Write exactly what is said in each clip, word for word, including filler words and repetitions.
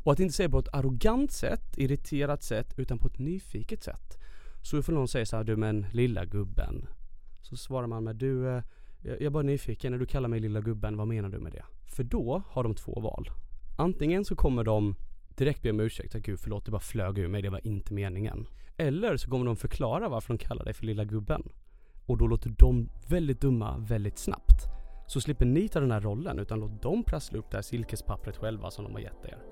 Och att inte säga på ett arrogant sätt, irriterat sätt, utan på ett nyfiket sätt. Så ifall någon säger så här, du men lilla gubben. Så svarar man med, du, eh, jag är bara nyfiken, när du kallar mig lilla gubben, vad menar du med det? För då har de två val. Antingen så kommer de direkt be om ursäkt, gud förlåt, det bara flög ur mig, det var inte meningen. Eller så kommer de förklara varför de kallar dig för lilla gubben. Och då låter de väldigt dumma väldigt snabbt. Så slipper ni ta den här rollen, utan låt dem prassla upp det här silkespappret själva som de har gett er.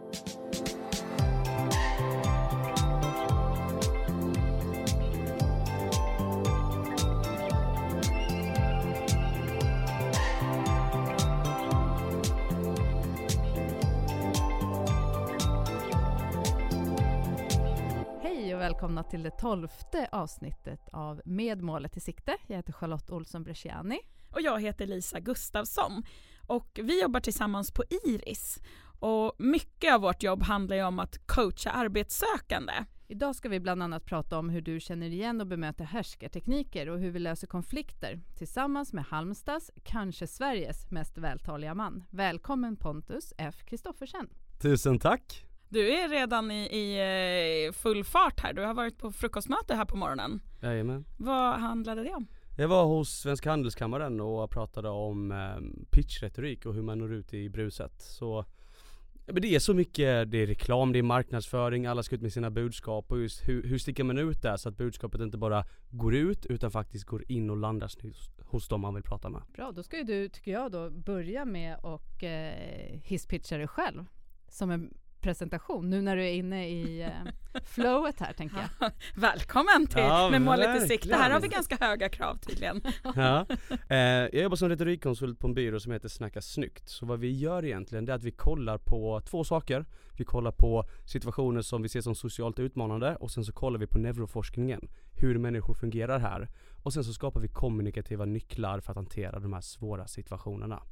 Välkomna till det tolfte avsnittet av Med målet i sikte. Jag heter Charlotte Olsson Bresciani. Och jag heter Lisa Gustafsson. Och vi jobbar tillsammans på Iris. Och mycket av vårt jobb handlar ju om att coacha arbetssökande. Idag ska vi bland annat prata om hur du känner igen och bemöter härskartekniker och hur vi löser konflikter tillsammans med Halmstads, kanske Sveriges mest vältaliga man. Välkommen Pontus F. Kristoffersen. Tusen tack! Du är redan i, i full fart här. Du har varit på frukostmöte här på morgonen. Jajamän. Vad handlade det om? Jag var hos Svenska Handelskammaren och pratade om eh, pitchretorik och hur man når ut i bruset. Så ja, men det är så mycket, det är reklam, det är marknadsföring, alla ska ut med sina budskap och just hur, hur sticker man ut där så att budskapet inte bara går ut utan faktiskt går in och landar hos, hos dem man vill prata med. Bra, då ska ju du, tycker jag då, börja med och eh, hisspitcha dig själv som en presentation nu när du är inne i eh, flowet här, tänker jag. Välkommen till ja, Med målet verkligen. i sikte. Här har vi ganska höga krav tydligen. Ja. Eh, jag jobbar som retorikkonsult på en byrå som heter Snacka Snyggt. Så vad vi gör egentligen är att vi kollar på två saker. Vi kollar på situationer som vi ser som socialt utmanande och sen så kollar vi på neuroforskningen. Hur människor fungerar här. Och sen så skapar vi kommunikativa nycklar för att hantera de här svåra situationerna.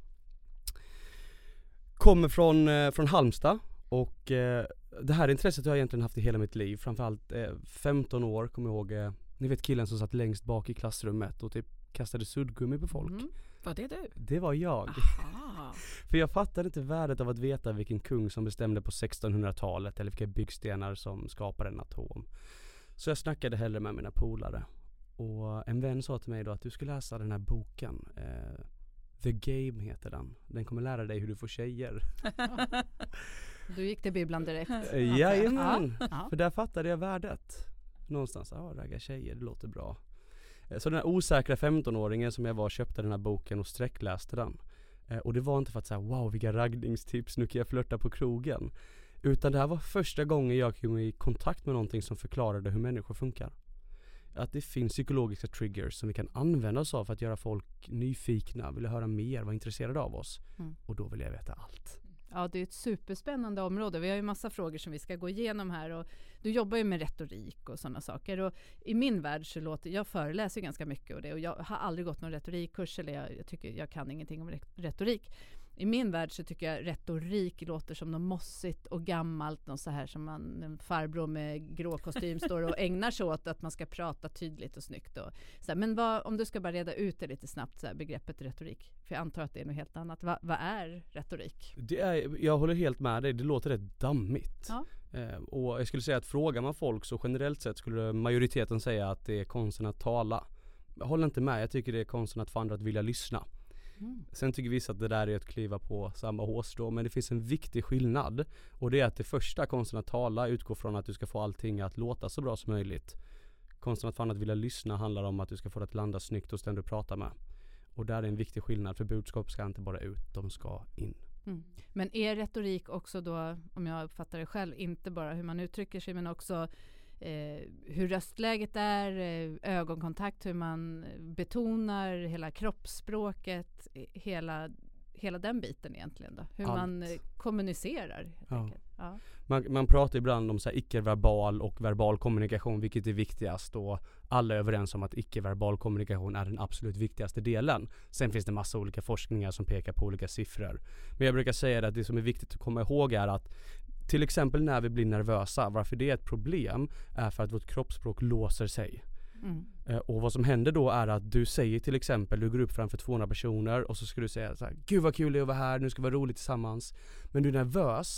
Kommer från, eh, från Halmstad. Och eh, det här intresset har jag egentligen haft i hela mitt liv. Framförallt eh, femton år, kommer jag ihåg. Eh, ni vet killen som satt längst bak i klassrummet och typ kastade suddgummi på folk. Mm. Var det du? Det var jag. För jag fattade inte värdet av att veta vilken kung som bestämde på sextonhundratalet eller vilka byggstenar som skapade en atom. Så jag snackade hellre med mina polare. Och en vän sa till mig då att du ska läsa den här boken. Eh, The Game heter den. Den kommer lära dig hur du får tjejer. Du gick till bibblan direkt. Okay. Jajamän, ja. För där fattade jag värdet. Någonstans, ja, ragga tjejer, det låter bra. Så den här osäkra femtonåringen som jag var köpte den här boken och sträckläste den. Och det var inte för att säga, wow, vilka raggningstips, nu kan jag flirta på krogen. Utan det här var första gången jag kom i kontakt med någonting som förklarade hur människor funkar. Att det finns psykologiska triggers som vi kan använda oss av för att göra folk nyfikna, vilja höra mer, vara intresserade av oss. Mm. Och då vill jag veta allt. Ja, det är ett superspännande område. Vi har ju massa frågor som vi ska gå igenom här. Och du jobbar ju med retorik och sådana saker. Och i min värld så låter, jag föreläser ganska mycket och det. Och jag har aldrig gått någon retorikkurs eller jag, jag tycker jag kan ingenting om retorik. I min värld så tycker jag retorik låter som något mossigt och gammalt. Något så här som man, en farbror med grå kostym står och ägnar sig åt att man ska prata tydligt och snyggt. Och så här. Men vad, om du ska bara reda ut det lite snabbt, så här, begreppet retorik. För jag antar att det är något helt annat. Va, vad är retorik? Det är, jag håller helt med dig. Det låter rätt dammigt. Ja. Eh, och jag skulle säga att frågar man folk så generellt sett skulle majoriteten säga att det är konsten att tala. Jag håller inte med. Jag tycker det är konsten att få andra att vilja lyssna. Mm. Sen tycker vissa att det där är att kliva på samma hårstrå, men det finns en viktig skillnad och det är att det första, konsten att tala, utgår från att du ska få allting att låta så bra som möjligt. Konsten att få andra att vilja lyssna handlar om att du ska få det att landa snyggt hos den du pratar med. Och där är en viktig skillnad, för budskap ska inte bara ut, de ska in. Mm. Men är retorik också då, om jag uppfattar det själv, inte bara hur man uttrycker sig men också Eh, hur röstläget är, eh, ögonkontakt, hur man betonar hela kroppsspråket, hela, hela den biten egentligen då. Hur Allt. man eh, kommunicerar. Ja. Ja. Man, man pratar ibland om så här icke-verbal och verbal kommunikation, vilket är viktigast, och alla är överens om att icke-verbal kommunikation är den absolut viktigaste delen. Sen finns det massa olika forskningar som pekar på olika siffror. Men jag brukar säga att det som är viktigt att komma ihåg är att till exempel när vi blir nervösa, varför det är ett problem är för att vårt kroppsspråk låser sig. Mm. Eh, och vad som händer då är att du säger till exempel, du går upp framför tvåhundra personer och så ska du säga så här: gud vad kul det är att vara här, nu ska vi vara roligt tillsammans. Men du är nervös,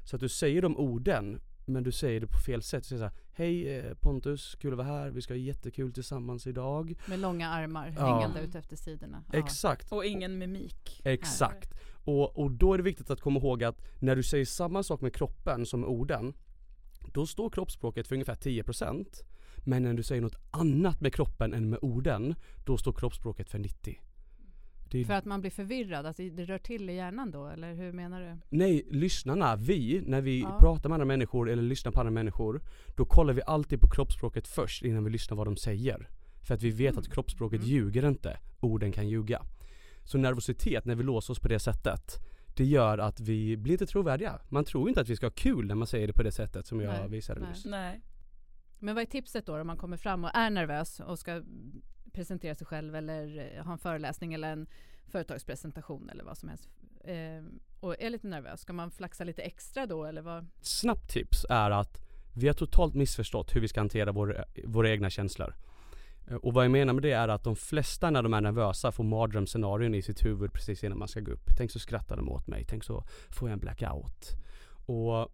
Så att du säger de orden, men du säger det på fel sätt. Du säger så här, hej eh, Pontus, kul att vara här. Vi ska ha jättekul tillsammans idag. Med långa armar Ja. hängande ut efter sidorna. Ja. Exakt. Och ingen mimik. Exakt. Och, och då är det viktigt att komma ihåg att när du säger samma sak med kroppen som med orden, då står kroppsspråket för ungefär tio procent. Men när du säger något annat med kroppen än med orden, då står kroppsspråket för nittio. Det är... För att man blir förvirrad, att det, det rör till i hjärnan då, eller hur menar du? Nej, lyssnarna, vi, när vi Ja. pratar med andra människor eller lyssnar på andra människor, då kollar vi alltid på kroppsspråket först innan vi lyssnar vad de säger. För att vi vet Mm. att kroppsspråket Mm. ljuger inte, orden kan ljuga. Så nervositet, när vi låser oss på det sättet, det gör att vi blir inte trovärdiga. Man tror inte att vi ska ha kul när man säger det på det sättet som jag Nej, visade nej. nyss. Nej. Men vad är tipset då om man kommer fram och är nervös och ska presentera sig själv eller ha en föreläsning eller en företagspresentation eller vad som helst eh, och är lite nervös? Ska man flaxa lite extra då eller vad? Snabbt tips är att vi har totalt missförstått hur vi ska hantera vår, våra egna känslor. Och vad jag menar med det är att de flesta när de är nervösa får mardrömsscenarion i sitt huvud precis innan man ska gå upp. Tänk så skrattar de åt mig, tänk så får jag en blackout. Och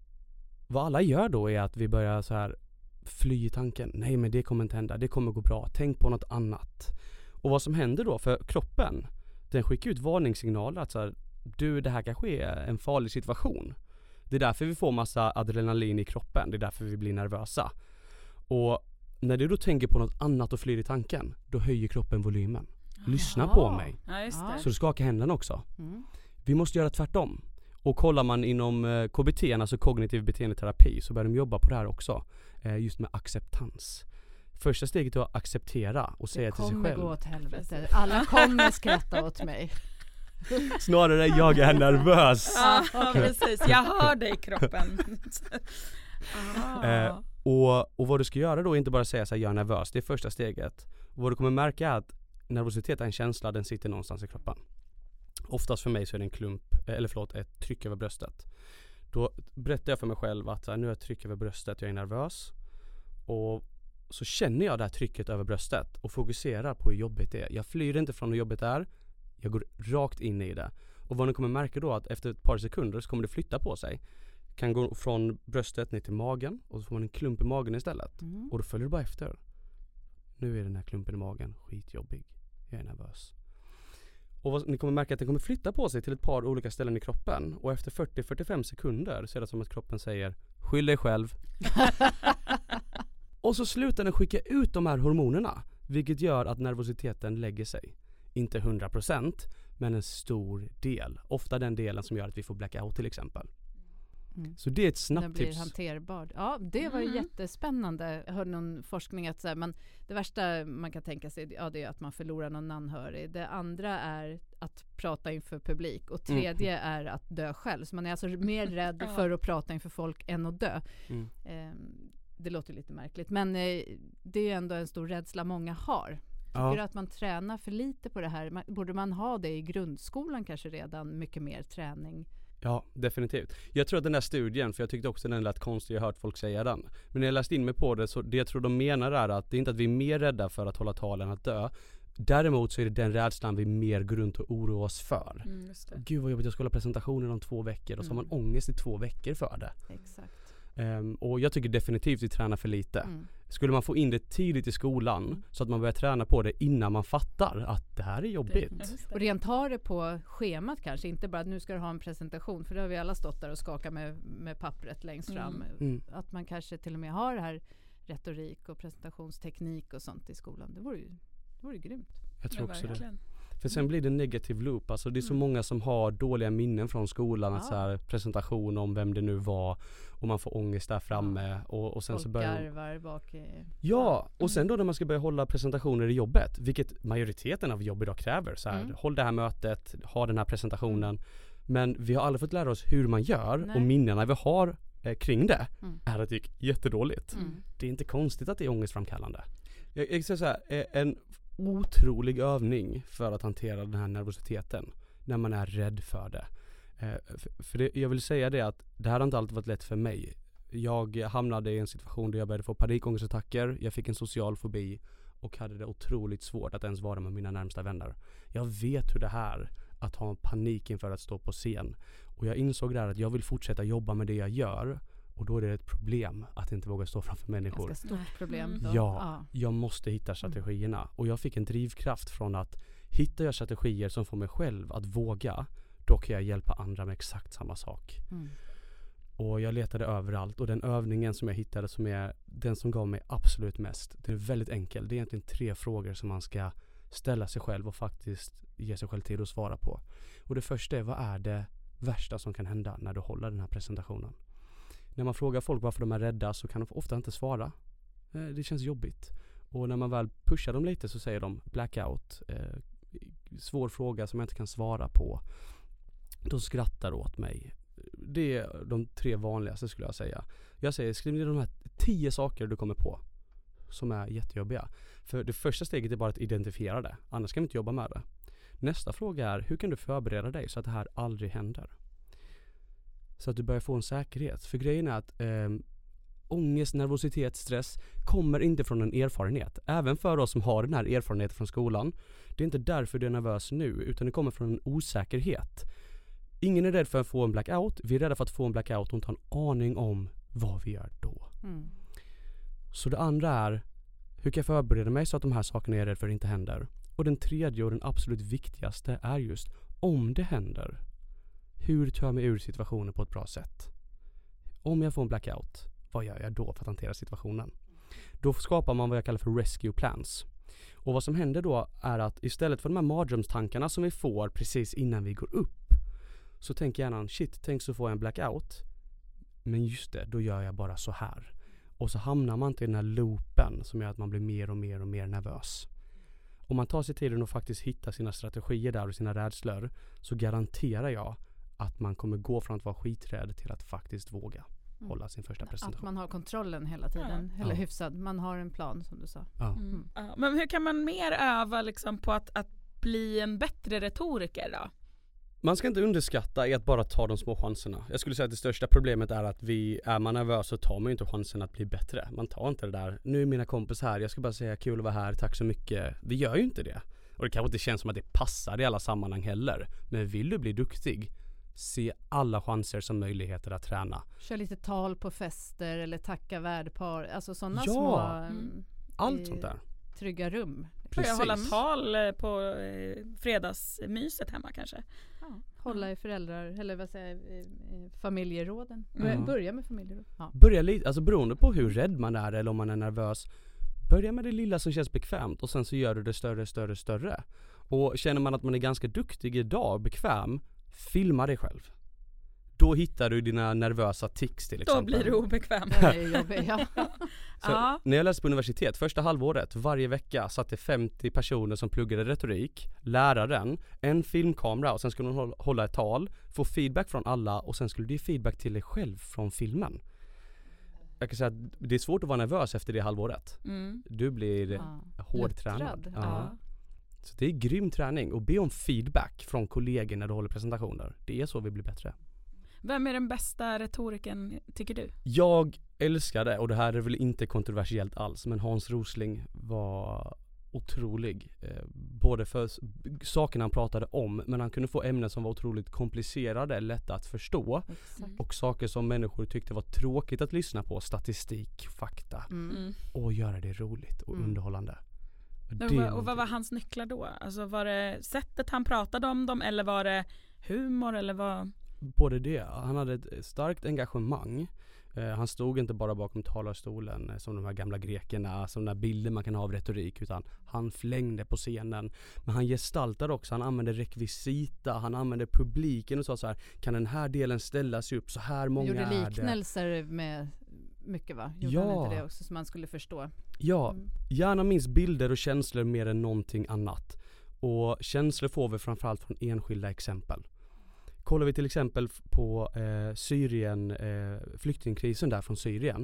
vad alla gör då är att vi börjar så här fly i tanken. Nej men det kommer inte hända, det kommer gå bra, tänk på något annat. Och vad som händer då, för kroppen, den skickar ut varningssignaler att så här, du det här kanske är en farlig situation. Det är därför vi får massa adrenalin i kroppen, det är därför vi blir nervösa. Och när du då tänker på något annat och flyr i tanken, då höjer kroppen volymen. Lyssna Jaha. på mig. Ja, just det. Så du skakar händerna också. Mm. Vi måste göra tvärtom. Och kollar man inom eh, K B T, alltså kognitiv beteendeterapi, så börjar de jobba på det här också. Eh, just med acceptans. Första steget är att acceptera och säga Det till sig kommer själv. gå åt helvete. Alla kommer skratta åt mig. Snarare jag är nervös. Ja, precis. Jag hör dig i kroppen. Ah. Eh, och, och vad du ska göra då är inte bara säga så här, jag är nervös. Det är första steget. Och vad du kommer märka är att nervositet är en känsla, den sitter någonstans i kroppen. Oftast för mig så är det en klump, eller förlåt, ett tryck över bröstet. Då berättar jag för mig själv att så här, nu har jag tryck över bröstet, jag är nervös. Och så känner jag det här trycket över bröstet och fokuserar på hur jobbigt det är. Jag flyr inte från hur jobbigt det är, jag går rakt in i det. Och vad ni kommer märka då att efter ett par sekunder så kommer det flytta på sig. Kan gå från bröstet ner till magen och så får man en klump i magen istället. Mm. Och då följer du bara efter. Nu är den här klumpen i magen skitjobbig. Jag är nervös. Och vad, ni kommer märka att den kommer flytta på sig till ett par olika ställen i kroppen. Och efter fyrtio till fyrtiofem sekunder så är det som att kroppen säger skyll dig själv. Och så slutar den skicka ut de här hormonerna. Vilket gör att nervositeten lägger sig. Inte hundra procent, men en stor del. Ofta den delen som gör att vi får blackout till exempel. Mm. Så det är ett Den snabbt blir tips. hanterbar. Ja, det var ju Mm. jättespännande. Jag hörde någon forskning att så här, man, det värsta man kan tänka sig, ja, det är att man förlorar någon anhörig. Det andra är att prata inför publik. Och tredje Mm. är att dö själv. Så man är alltså mer rädd Ja. för att prata inför folk än att dö. Mm. Eh, det låter lite märkligt. Men eh, det är ju ändå en stor rädsla många har. Tycker Ja. du att man tränar för lite på det här? Man, borde man ha det i grundskolan kanske redan? Mycket mer träning? Ja, definitivt. Jag tror att den där studien, för jag tyckte också den lät konstig, jag har hört folk säga den. Men när jag läste in mig på det, så det jag tror de menar är att det är inte att vi är mer rädda för att hålla tal än att dö. Däremot så är det den rädslan vi mer går runt och oroar oss för. Mm, just det. Gud vad jobbigt, jag ska hålla presentationen om två veckor och så har man Mm. ångest i två veckor för det. Exakt. Um, och jag tycker definitivt vi tränar för lite. Mm. Skulle man få in det tidigt i skolan Mm. så att man börjar träna på det innan man fattar att det här är jobbigt. Ja, just det. Och rent ha det på schemat kanske, inte bara att nu ska du ha en presentation, för då har vi alla stått där och skakat med, med pappret längst fram. Mm. Mm. Att man kanske till och med har det här retorik och presentationsteknik och sånt i skolan. Det vore ju, det vore ju grymt. Jag tror Ja, också det. verkligen. För sen blir det en negativ loop. Alltså det är så Mm. många som har dåliga minnen från skolan. Att Ja. så här, presentation om vem det nu var. Och man får ångest där framme. Och, och sen Folk så börjar... garvar bak i... Ja, och sen då när man ska börja hålla presentationer i jobbet. Vilket majoriteten av jobb idag kräver. Så här, Mm. håll det här mötet, ha den här presentationen. Men vi har aldrig fått lära oss hur man gör. Nej. Och minnena vi har eh, kring det Mm. är att det gick jättedåligt. Mm. Det är inte konstigt att det är ångestframkallande. Jag, jag säger så här, eh, en otrolig övning för att hantera den här nervositeten när man är rädd för det. Eh, för för det, jag vill säga det att det här har inte alltid varit lätt för mig. Jag hamnade i en situation där jag började få panikångestattacker, jag fick en social fobi och hade det otroligt svårt att ens vara med mina närmsta vänner. Jag vet hur det här att ha en panik inför att stå på scen. Och jag insåg där att jag vill fortsätta jobba med det jag gör. Och då är det ett problem att inte våga stå framför människor. Ganska stort problem. Mm. Då. Ja, Ja, jag måste hitta strategierna. Och jag fick en drivkraft från att hittar jag strategier som får mig själv att våga, då kan jag hjälpa andra med exakt samma sak. Mm. Och jag letade överallt och den övningen som jag hittade som är den som gav mig absolut mest, den är väldigt enkel. Det är egentligen tre frågor som man ska ställa sig själv och faktiskt ge sig själv tid att svara på. Och det första är, vad är det värsta som kan hända när du håller den här presentationen? När man frågar folk varför de är rädda så kan de ofta inte svara. Det känns jobbigt. Och när man väl pushar dem lite så säger de blackout. Eh, svår fråga som jag inte kan svara på. De skrattar åt mig. Det är de tre vanligaste skulle jag säga. Jag säger, skriv ner de här tio saker du kommer på som är jättejobbiga. För det första steget är bara att identifiera det. Annars kan vi inte jobba med det. Nästa fråga är, hur kan du förbereda dig så att det här aldrig händer? Så att du börjar få en säkerhet. För grejen är att eh, ångest, nervositet, stress kommer inte från en erfarenhet. Även för oss som har den här erfarenheten från skolan. Det är inte därför du är nervös nu, utan det kommer från en osäkerhet. Ingen är rädd för att få en blackout. Vi är rädda för att få en blackout och inte ha en aning om vad vi gör då. Mm. Så det andra är, hur kan jag förbereda mig så att de här sakerna jag är rädd för inte händer? Och den tredje och den absolut viktigaste är just, om det händer, hur tar jag mig ur situationen på ett bra sätt? Om jag får en blackout, vad gör jag då för att hantera situationen? Då skapar man vad jag kallar för rescue plans. Och vad som händer då är att istället för de här mardrömstankarna som vi får precis innan vi går upp, så tänker hjärnan, shit, tänk så får jag en blackout. Men just det, då gör jag bara så här. Och så hamnar man inte i den här loopen som gör att man blir mer och mer och mer nervös. Om man tar sig tiden och faktiskt hittar sina strategier där och sina rädslor, så garanterar jag att man kommer gå från att vara skiträdd till att faktiskt våga hålla sin första presentation. Att man har kontrollen hela tiden, Ja. eller Ja. hyfsad. Man har en plan som du sa. Ja. Mm. Mm. Ja, men hur kan man mer öva liksom på att, att bli en bättre retoriker då? Man ska inte underskatta i att bara ta de små chanserna. Jag skulle säga att det största problemet är att vi, är man nervös så tar man inte chansen att bli bättre. Man tar inte det där, nu är mina kompis här, jag ska bara säga kul att vara här, tack så mycket. Vi gör ju inte det. Och det kanske inte känns som att det passar i alla sammanhang heller. Men vill du bli duktig, se alla chanser som möjligheter att träna. Kör lite tal på fester eller tacka värdpar. Alltså sådana Ja. små Mm. Allt i- sånt där. trygga rum. Får jag hålla Precis. tal eh, på eh, fredagsmyset hemma kanske? Ja. Hålla i föräldrar, eller vad säger jag, i- i familjeråden. Börja, Mm. börja med familjeråd. Ja. Börja lite, alltså beroende på hur rädd man är eller om man är nervös. Börja med det lilla som känns bekvämt och sen så gör du det större, större, större. Och känner man att man är ganska duktig idag, bekväm, filma dig själv. Då hittar du dina nervösa tics till exempel. Då blir du obekväm. Det är jobbigt, ja. Så Ja. när jag läste på universitet, första halvåret, varje vecka satt det femtio personer som pluggade retorik, läraren, en filmkamera och sen skulle de hålla, hålla ett tal, få feedback från alla och sen skulle du ge feedback till dig själv från filmen. Jag kan säga att det är svårt att vara nervös efter det halvåret. Mm. Du blir Ja. hårdtränad. Luttrad. Ja. Ja. Så det är grym träning och be om feedback från kollegor när du håller presentationer. Det är så vi blir bättre. Vem är den bästa retoriken tycker du? Jag älskar det och det här är väl inte kontroversiellt alls, men Hans Rosling var otrolig. Eh, både för s- sakerna han pratade om, men han kunde få ämnen som var otroligt komplicerade, lätta att förstå. Exakt. Och saker som människor tyckte var tråkigt att lyssna på, statistik, fakta. Mm. Mm. Och göra det roligt och Mm. underhållande. Och Och, det vad, är och vad någonting. var hans nycklar då? Alltså var det sättet han pratade om dem eller var det humor eller vad? Både det, han hade ett starkt engagemang. Eh, han stod inte bara bakom talarstolen eh, som de här gamla grekerna, som den här bilden man kan ha av retorik, utan han flängde på scenen. Men han gestaltade också, han använde rekvisita, han använde publiken och sa så här: kan den här delen ställa sig upp, så här många Gjorde är det. liknelser med mycket, va? Gjorde Ja. han inte det också så man skulle förstå? Ja, Mm. gärna minst bilder och känslor mer än någonting annat. Och känslor får vi framförallt från enskilda exempel. Kollar vi till exempel f- på eh, Syrien, eh, flyktingkrisen där från Syrien,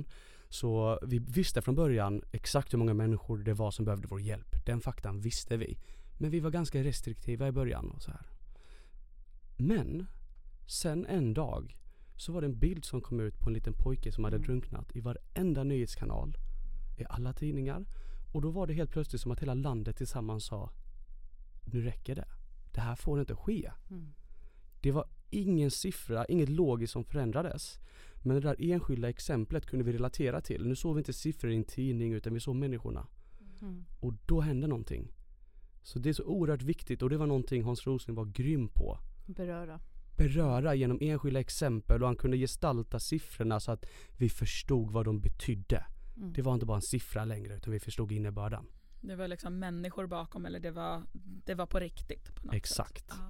så vi visste från början exakt hur många människor det var som behövde vår hjälp. Den faktan visste vi. Men vi var ganska restriktiva i början och så här. Men sen en dag så var det en bild som kom ut på en liten pojke som hade Mm. drunknat i varenda nyhetskanal, i alla tidningar. Och då var det helt plötsligt som att hela landet tillsammans sa: nu räcker det. det här får inte ske. Mm. Det var ingen siffra, inget logiskt som förändrades. Men det där enskilda exemplet kunde vi relatera till. Nu såg vi inte siffror i en tidning utan vi såg människorna. Mm. Och då hände någonting. Så det är så oerhört viktigt och det var någonting Hans Rosling var grym på. Beröra. Beröra genom enskilda exempel och han kunde gestalta siffrorna så att vi förstod vad de betydde. Mm. Det var inte bara en siffra längre utan vi förstod innebörden. Det var liksom människor bakom eller det var, det var på riktigt. På något Exakt. sätt. Ja.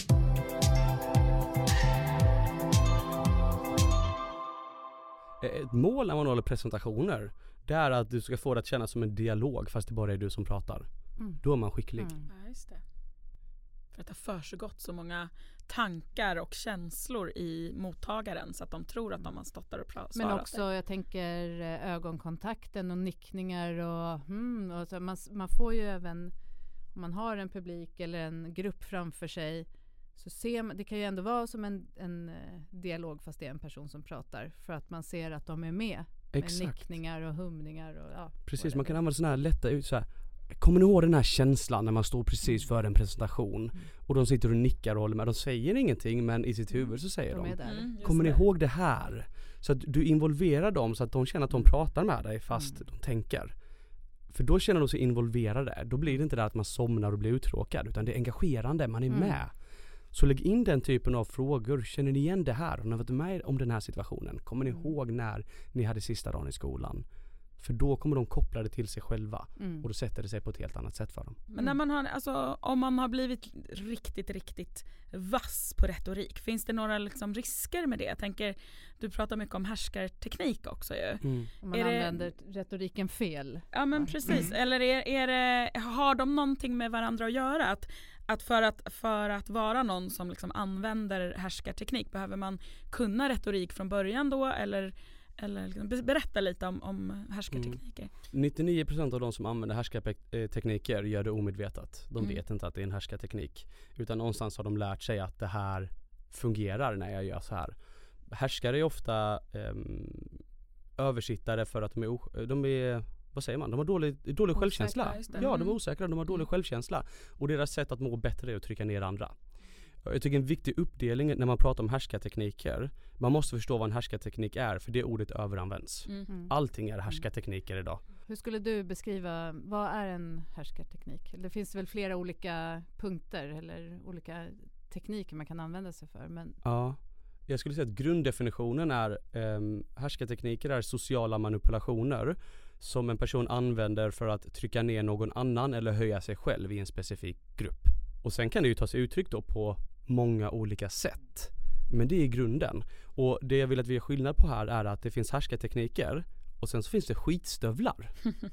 Ett mål när man håller presentationer det är att du ska få det att kännas som en dialog fast det bara är du som pratar. Mm. Då är man skicklig. Mm. Ja, just det. För att det har försiggått så många tankar och känslor i mottagaren så att de tror att de har stått där och pratat. Men också jag tänker eh, ögonkontakten och nickningar och, mm, och så man, man får ju även om man har en publik eller en grupp framför sig så ser man, det kan ju ändå vara som en, en eh, dialog fast det är en person som pratar för att man ser att de är med. Exakt. Med nickningar och humningar och ja. Precis, man kan använda sådana här lätta ut så här. Kommer ni ihåg den här känslan när man står precis Mm. före en presentation Mm. och de sitter och nickar och håller med. De säger ingenting men i sitt huvud så säger De de. är där. Mm, just Kommer ni det. ihåg det här? Så att du involverar dem så att de känner att de pratar med dig fast Mm. de tänker. För då känner de sig involverade. Då blir det inte det att man somnar och blir uttråkad utan det är engagerande, man är Mm. med. Så lägg in den typen av frågor. Känner ni igen det här? Har ni varit med om den här situationen? Kommer ni Mm. ihåg när ni hade sista dagen i skolan? För då kommer de koppla det till sig själva. Mm. Och då sätter det sig på ett helt annat sätt för dem. Men när man har, alltså, om man har blivit riktigt, riktigt vass på retorik, finns det några liksom risker med det? Jag tänker, du pratar mycket om härskarteknik också ju. Mm. Om man Är det- använder retoriken fel. Ja men precis, eller är, är det, har de någonting med varandra att göra? Att, att, för, att för att vara någon som liksom använder härskarteknik, behöver man kunna retorik från början då? Eller, eller liksom, berätta lite om, om härskartekniker. nittionio procent av de som använder härskartekniker gör det omedvetet. De Mm. vet inte att det är en härskarteknik. Utan någonstans har de lärt sig att det här fungerar när jag gör så här. Härskare är ofta um, översittare för att de är, o- de är vad säger man? De har dålig, dålig Osäkra, självkänsla. just det. Ja, de Mm. är osäkra. De har dålig Mm. självkänsla. Och deras sätt att må bättre är att trycka ner andra. Jag tycker en viktig uppdelning när man pratar om härskartekniker, man måste förstå vad en härskarteknik är, för det ordet överanvänds. Mm. Mm. Allting är härskartekniker idag. Hur skulle du beskriva, vad är en härskarteknik? Det finns väl flera olika punkter eller olika tekniker man kan använda sig för. Men Ja, jag skulle säga att grunddefinitionen är um, härskartekniker är sociala manipulationer som en person använder för att trycka ner någon annan eller höja sig själv i en specifik grupp. Och sen kan det ju ta sig uttryck då på många olika sätt. Men det är grunden. Och det jag vill att vi gör skillnad på här är att det finns härskartekniker och sen så finns det skitstövlar.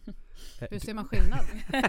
Eh, hur ser man skillnad?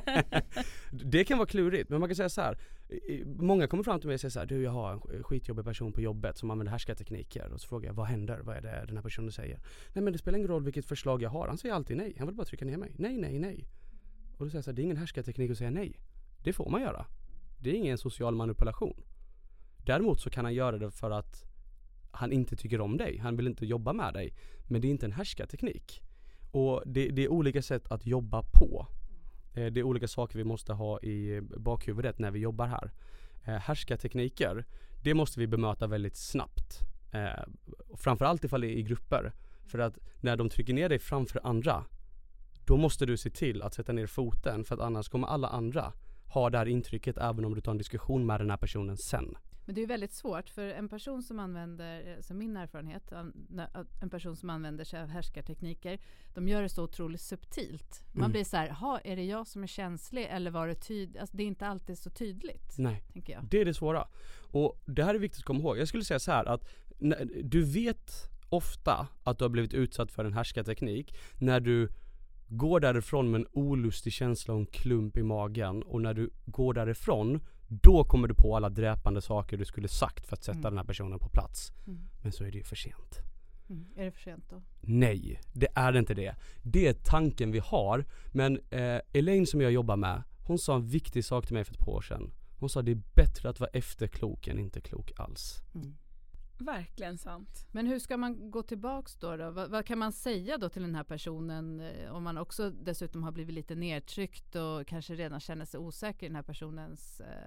Det kan vara klurigt, men man kan säga så här. i- Många kommer fram till mig och säger så här: du, jag har en sk- skitjobbig person på jobbet som använder härskartekniker. Och så frågar jag, vad händer? Vad är det den här personen säger? Nej, men det spelar ingen roll vilket förslag jag har. Han säger alltid nej. Han vill bara trycka ner mig. Nej, nej, nej. Och då säger jag så här: det är ingen härskarteknik att säga nej. Det får man göra. Det är ingen social manipulation. Däremot så kan han göra det för att han inte tycker om dig. Han vill inte jobba med dig. Men det är inte en härskarteknik. Och det, det är olika sätt att jobba på. Eh, det är olika saker vi måste ha i bakhuvudet när vi jobbar här. Eh, härskartekniker, det måste vi bemöta väldigt snabbt. Eh, och framförallt ifall det är i grupper. För att när de trycker ner dig framför andra, då måste du se till att sätta ner foten. För att annars kommer alla andra ha det här intrycket även om du tar en diskussion med den här personen sen. Men det är väldigt svårt för en person som använder, som min erfarenhet, an- en person som använder sig av härskartekniker, de gör det så otroligt subtilt. Man Mm. blir så här, ha, är det jag som är känslig eller var det tydligt? Alltså, det är inte alltid så tydligt, Nej. tänker jag. Det är det svåra. Och det här är viktigt att komma ihåg. Jag skulle säga så här att när, du vet ofta att du har blivit utsatt för en härskarteknik när du går därifrån med en olustig känsla och en klump i magen, och när du går därifrån då kommer du på alla dräpande saker du skulle sagt för att sätta Mm. den här personen på plats. Mm. Men så är det ju för sent. Mm. Är det för sent då? Nej, det är inte det. Det är tanken vi har. Men eh, Elaine som jag jobbar med, hon sa en viktig sak till mig för ett par år sedan. Hon sa det är bättre att vara efterklok än inte klok alls. Mm. Verkligen sant. Men hur ska man gå tillbaks då? då? Vad, vad kan man säga då till den här personen eh, om man också dessutom har blivit lite nedtryckt och kanske redan känner sig osäker i den här personens eh,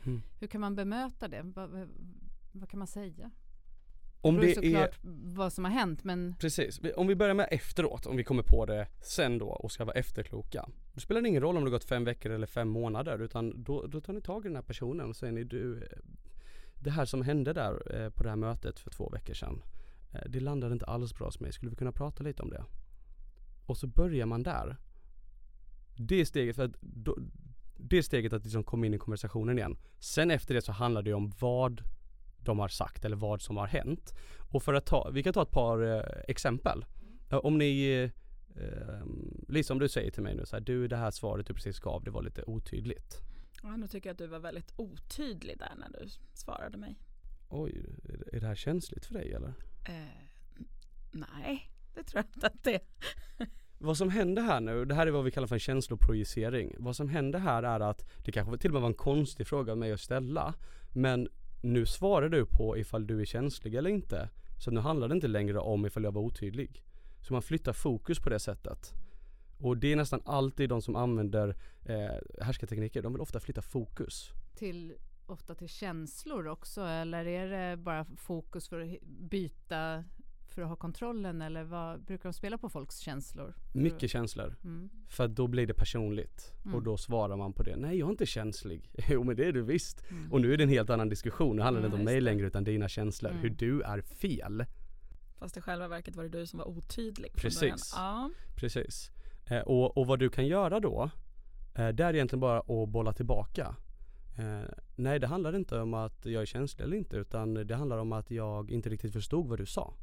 Mm. Hur kan man bemöta det? Vad, vad kan man säga? Om det är det såklart är vad som har hänt, men... Precis, om vi börjar med efteråt, om vi kommer på det sen då och ska vara efterkloka. Det spelar ingen roll om det gått fem veckor eller fem månader, utan då, då tar ni tag i den här personen och säger ni, du, det här som hände där eh, på det här mötet för två veckor sedan, eh, det landade inte alls bra hos mig, skulle vi kunna prata lite om det? Och så börjar man där. Det är steget, för att då, det är steget att liksom komma in i konversationen igen. Sen efter det så handlar det om vad de har sagt eller vad som har hänt. Och för att ta, vi kan ta ett par eh, exempel. Eh, om ni, eh, Lisa, om du säger till mig nu så här, du, det här svaret du precis gav, det var lite otydligt. Ja, nu tycker jag att du var väldigt otydlig där när du svarade mig. Oj, är det här känsligt för dig eller? Eh, nej, det tror jag inte att det är. Vad som hände här nu, det här är vad vi kallar för en känsloprojicering. Vad som hände här är att det kanske till och med var en konstig fråga av mig att ställa, men nu svarar du på ifall du är känslig eller inte. Så nu handlar det inte längre om ifall jag var otydlig. Så man flyttar fokus på det sättet. Och det är nästan alltid de som använder eh, härskartekniker, de vill ofta flytta fokus. Till, ofta till känslor också, eller är det bara fokus för att byta, för att ha kontrollen, eller vad brukar de spela på folks känslor? Mycket känslor. Mm. För då blir det personligt. Mm. Och då svarar man på det. Nej, jag är inte känslig. Jo, men det är du visst. Mm. Och nu är det en helt annan diskussion. Nu handlar det mm, inte om mig längre utan dina känslor. Mm. Hur du är fel. Fast i själva verket var det du som var otydlig. Precis. Ja. Precis. Eh, och, och vad du kan göra då, eh, det är egentligen bara att bolla tillbaka. Eh, nej, det handlar inte om att jag är känslig eller inte, utan det handlar om att jag inte riktigt förstod vad du sa.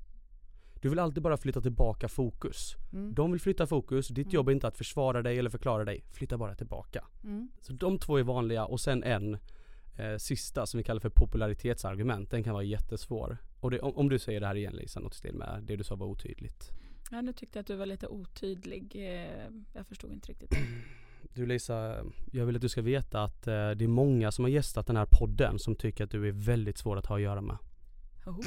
Du vill alltid bara flytta tillbaka fokus. Mm. De vill flytta fokus. Ditt mm. jobb är inte att försvara dig eller förklara dig. Flytta bara tillbaka. Mm. Så de två är vanliga. Och sen en eh, sista som vi kallar för popularitetsargument. Den kan vara jättesvår. Och det, om, om du säger det här igen, Lisa, något stil med det du sa var otydligt. Ja, nu tyckte jag att du var lite otydlig. Jag förstod inte riktigt. Du, Lisa, jag vill att du ska veta att eh, det är många som har gästat den här podden som tycker att du är väldigt svår att ha att göra med. Oh.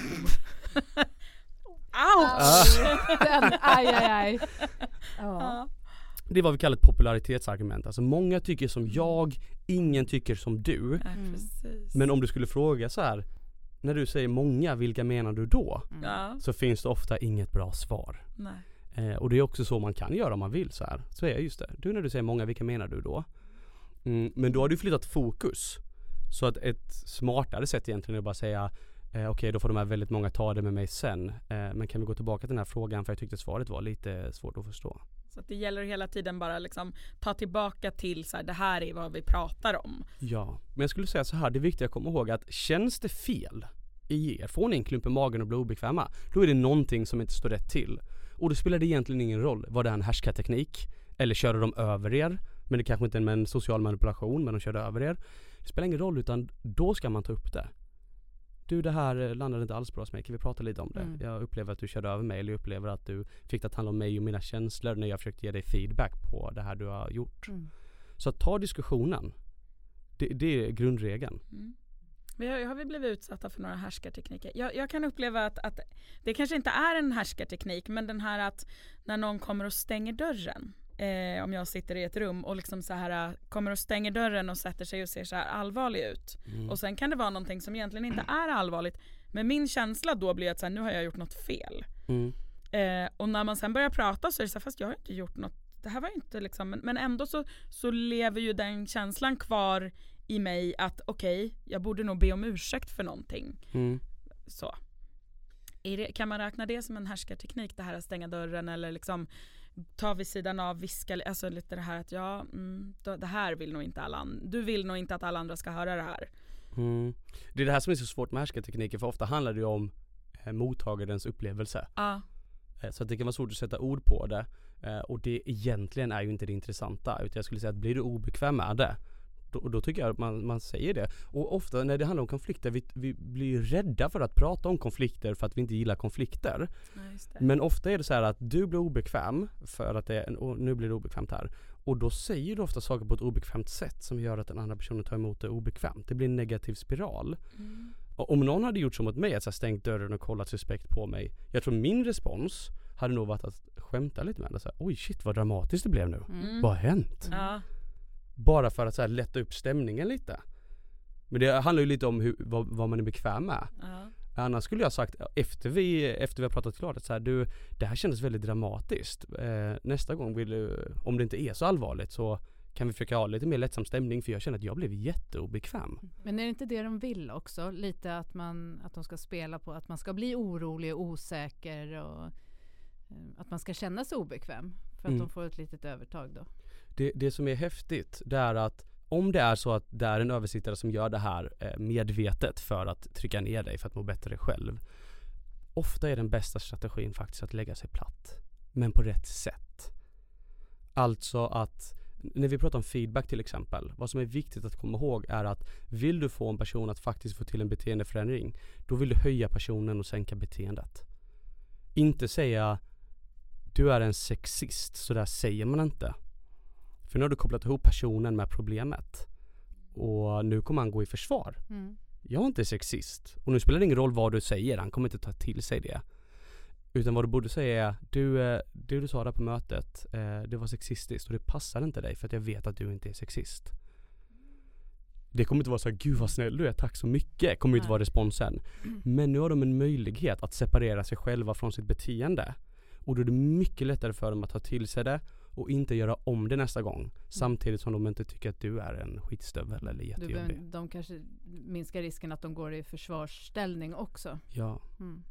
Ouch! Den, aj, aj, aj. Ja. Det är vad vi kallar ett popularitetsargument. Alltså många tycker som jag, ingen tycker som du. Mm. Men om du skulle fråga så här, när du säger många, vilka menar du då? Mm. Så finns det ofta inget bra svar. Nej. Eh, och det är också så man kan göra om man vill så här. Så är jag just det. Du, när du säger många, vilka menar du då? Mm, men då har du flyttat fokus. Så att ett smartare sätt egentligen är att bara säga Eh, Okej, okay, då får de här väldigt många ta det med mig sen. Eh, men kan vi gå tillbaka till den här frågan, för jag tyckte svaret var lite svårt att förstå. Så att det gäller hela tiden bara liksom ta tillbaka till så här, det här är vad vi pratar om. Ja, men jag skulle säga så här, det är viktigt att komma ihåg att känns det fel i er, får ni en klump i magen och blir obekväma, då är det någonting som inte står rätt till. Och då spelar det egentligen ingen roll. Var det en härskarteknik? Eller körde de över er? Men det kanske inte är en social manipulation, men de körde över er. Det spelar ingen roll, utan då ska man ta upp det. Du, det här landade inte alls bra hos mig. Kan vi prata lite om det? Mm. Jag upplever att du körde över mig, eller jag upplever att du fick det att handla om mig och mina känslor när jag försökte ge dig feedback på det här du har gjort. Mm. Så att ta diskussionen. Det, det är grundregeln. Mm. Vi har, har vi blivit utsatta för några härskartekniker? Jag, jag kan uppleva att, att det kanske inte är en härskarteknik, men den här att när någon kommer och stänger dörren. Eh, om jag sitter i ett rum och liksom så här kommer och stänger dörren och sätter sig och ser så här allvarlig ut. Mm. Och sen kan det vara någonting som egentligen inte är allvarligt. Men min känsla då blir att så här, nu har jag gjort något fel. Mm. Eh, och när man sen börjar prata så är det så här, fast jag har inte gjort något. Det här var inte liksom, men, men ändå så, så lever ju den känslan kvar i mig att okej, okay, jag borde nog be om ursäkt för någonting. Mm. Så. Är det, kan man räkna det som en härskarteknik, det här att stänga dörren eller liksom ta vid sidan av, viska, alltså lite det här att ja, mm, då, det här vill nog inte alla andra, du vill nog inte att alla andra ska höra det här. Mm. Det är det här som är så svårt med härskartekniker, för ofta handlar det ju om eh, mottagarens upplevelse. Ja. Eh, så att det kan vara svårt att sätta ord på det. Eh, och det egentligen är ju inte det intressanta, utan jag skulle säga att blir du obekväm med det, Då, då tycker jag att man, man säger det. Och ofta när det handlar om konflikter, vi, vi blir rädda för att prata om konflikter för att vi inte gillar konflikter. Ja, just det. Men ofta är det så här att du blir obekväm för att det är, och nu blir det obekvämt här. Och då säger du ofta saker på ett obekvämt sätt som gör att den andra personen tar emot det obekvämt. Det blir en negativ spiral. Mm. Och om någon hade gjort så mot mig, att så här, stängt dörren och kollat suspekt på mig, jag tror min respons hade nog varit att skämta lite med det. Så här, oj shit vad dramatiskt det blev nu. Mm. Vad har hänt? Ja. Bara för att så här lätta upp stämningen lite. Men det handlar ju lite om hur, vad, vad man är bekväm med. Ja. Annars skulle jag sagt, efter vi, efter vi har pratat klart, så här, du, det här kändes väldigt dramatiskt. Eh, nästa gång vill du, om det inte är så allvarligt, så kan vi försöka ha lite mer lättsam stämning, för jag känner att jag blev jätteobekväm. Men är det inte det de vill också? Lite att, man, att de ska spela på att man ska bli orolig och osäker och eh, att man ska känna sig obekväm för att Mm. de får ett litet övertag då. Det, det som är häftigt, det är att om det är så att det är en översittare som gör det här eh, medvetet för att trycka ner dig, för att må bättre själv. Ofta är den bästa strategin faktiskt att lägga sig platt. Men på rätt sätt. Alltså att när vi pratar om feedback till exempel, vad som är viktigt att komma ihåg är att vill du få en person att faktiskt få till en beteendeförändring, då vill du höja personen och sänka beteendet. Inte säga du är en sexist, så där säger man inte. För nu har du kopplat ihop personen med problemet. Och nu kommer han gå i försvar. Mm. Jag är inte sexist. Och nu spelar det ingen roll vad du säger, han kommer inte ta till sig det. Utan vad du borde säga är, du, eh, det du sa där på mötet, eh, det var sexistiskt och det passar inte dig för att jag vet att du inte är sexist. Det kommer inte vara så här, gud vad snäll du är, tack så mycket, kommer inte Nej. vara responsen. Men nu har de en möjlighet att separera sig själva från sitt beteende. Och då är det mycket lättare för dem att ta till sig det och inte göra om det nästa gång. Samtidigt som de inte tycker att du är en skitstövel eller Du, jättejobbig. behöver- de kanske minskar risken att de går i försvarsställning också. Ja. Mm.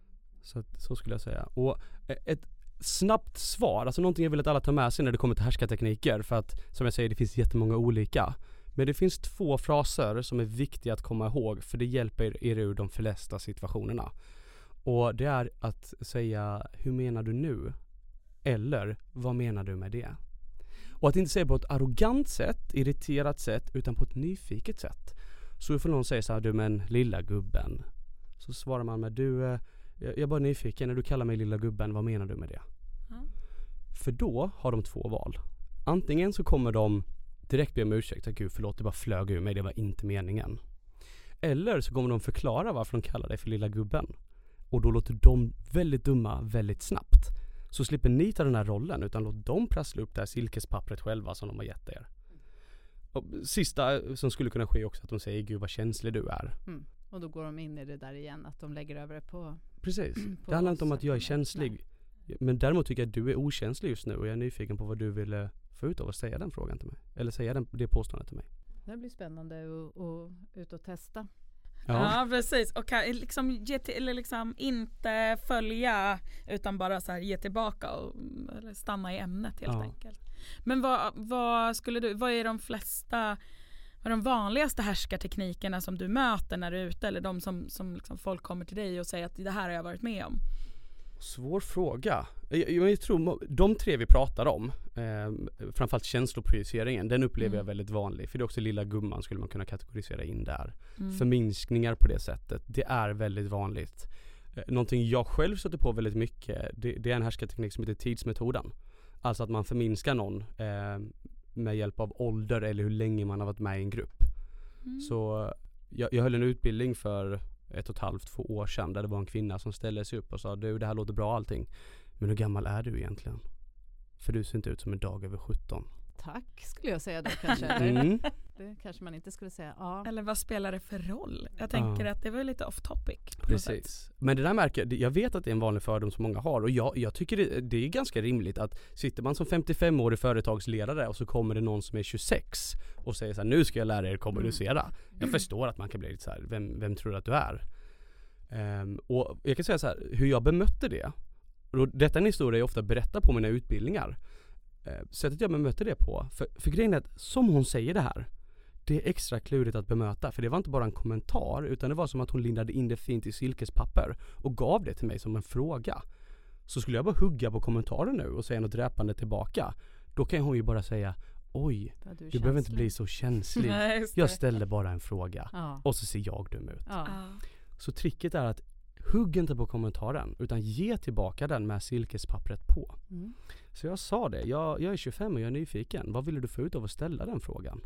Så, att, så skulle jag säga. Och ett snabbt svar, alltså någonting jag vill att alla tar med sig när det kommer till härskartekniker, för att som jag säger, det finns jättemånga olika. Men det finns två fraser som är viktiga att komma ihåg, för det hjälper er ur de flesta situationerna. Och det är att säga, hur menar du nu? Eller, vad menar du med det? Och att inte säga på ett arrogant sätt, irriterat sätt, utan på ett nyfiket sätt. Så ifall någon säger så här, du men lilla gubben. Så svarar man med, du, eh, jag är bara nyfiken, när du kallar mig lilla gubben, vad menar du med det? Mm. För då har de två val. Antingen så kommer de direkt be om ursäkt, att gud förlåt, det bara flög ur mig, det var inte meningen. Eller så kommer de förklara varför de kallar dig för lilla gubben. Och då låter de väldigt dumma väldigt snabbt. Så slipper ni ta den här rollen, utan låt dem prassla upp det här silkespappret själva som de har gett er. Och sista som skulle kunna ske också, att de säger, gud vad känslig du är. Mm. Och då går de in i det där igen, att de lägger över det på... Precis. på Det handlar oss inte om att jag är och på mig. känslig. Men däremot tycker jag att du är okänslig just nu, och jag är nyfiken på vad du vill eh, få ut av att säga den frågan till mig. Eller säga den, det påståendet till mig. Det blir spännande att och, ut och testa. Ja, precis. Och kan, liksom, ge till, eller liksom inte följa utan bara så här, ge tillbaka och eller stanna i ämnet helt Ja. enkelt. Men vad, vad skulle du, vad är de flesta, vad är de vanligaste härskarteknikerna som du möter när du är ute, eller de som, som liksom folk kommer till dig och säger att det här har jag varit med om? Svår fråga. Jag, jag, jag tror de tre vi pratar om, eh, framförallt känsloprojiceringen, den upplever Mm. jag väldigt vanlig. För det är också lilla gumman, skulle man kunna kategorisera in där. Mm. Förminskningar på det sättet, det är väldigt vanligt. Eh, någonting jag själv stöter på väldigt mycket, det, det är en härskarteknik som heter tidsmetoden. Alltså att man förminskar någon eh, med hjälp av ålder eller hur länge man har varit med i en grupp. Mm. Så jag, jag höll en utbildning för ett och ett halvt, två år sedan, där det var en kvinna som ställde sig upp och sa, du, det här låter bra allting, men hur gammal är du egentligen? För du ser inte ut som en dag över sjutton. Tack skulle jag säga då kanske. Eller? Mm. Det kanske man inte skulle säga. Ja. Eller vad spelar det för roll? Jag tänker Ja. att det var lite off topic. På något sätt. Precis. Men det där märker jag, jag vet att det är en vanlig fördom som många har, och jag, jag tycker det, det är ganska rimligt att sitter man som femtiofem-årig företagsledare och så kommer det någon som är tjugosex och säger så här, nu ska jag lära er kommunicera. Jag förstår att man kan bli lite så här, vem, vem tror du att du är? Um, och jag kan säga så här, hur jag bemötte det. Och detta är en historia jag ofta berättar på mina utbildningar. Uh, sättet jag bemötte det på, för, för grejen är att som hon säger det här, det är extra klurigt att bemöta, för det var inte bara en kommentar, utan det var som att hon lindade in det fint i silkespapper och gav det till mig som en fråga. Så skulle jag bara hugga på kommentaren nu och säga något dräpande tillbaka, då kan hon ju bara säga, oj, För att du är du behöver inte känslig. bli så känslig. Nej, just det. Jag ställde bara en fråga. Ja. Och så ser jag dum ut. Ja. Ja. Så tricket är att hugg inte på kommentaren, utan ge tillbaka den med silkespappret på. Mm. Så jag sa det, jag, jag är tjugofem och jag är nyfiken. Vad ville du få ut av att ställa den frågan?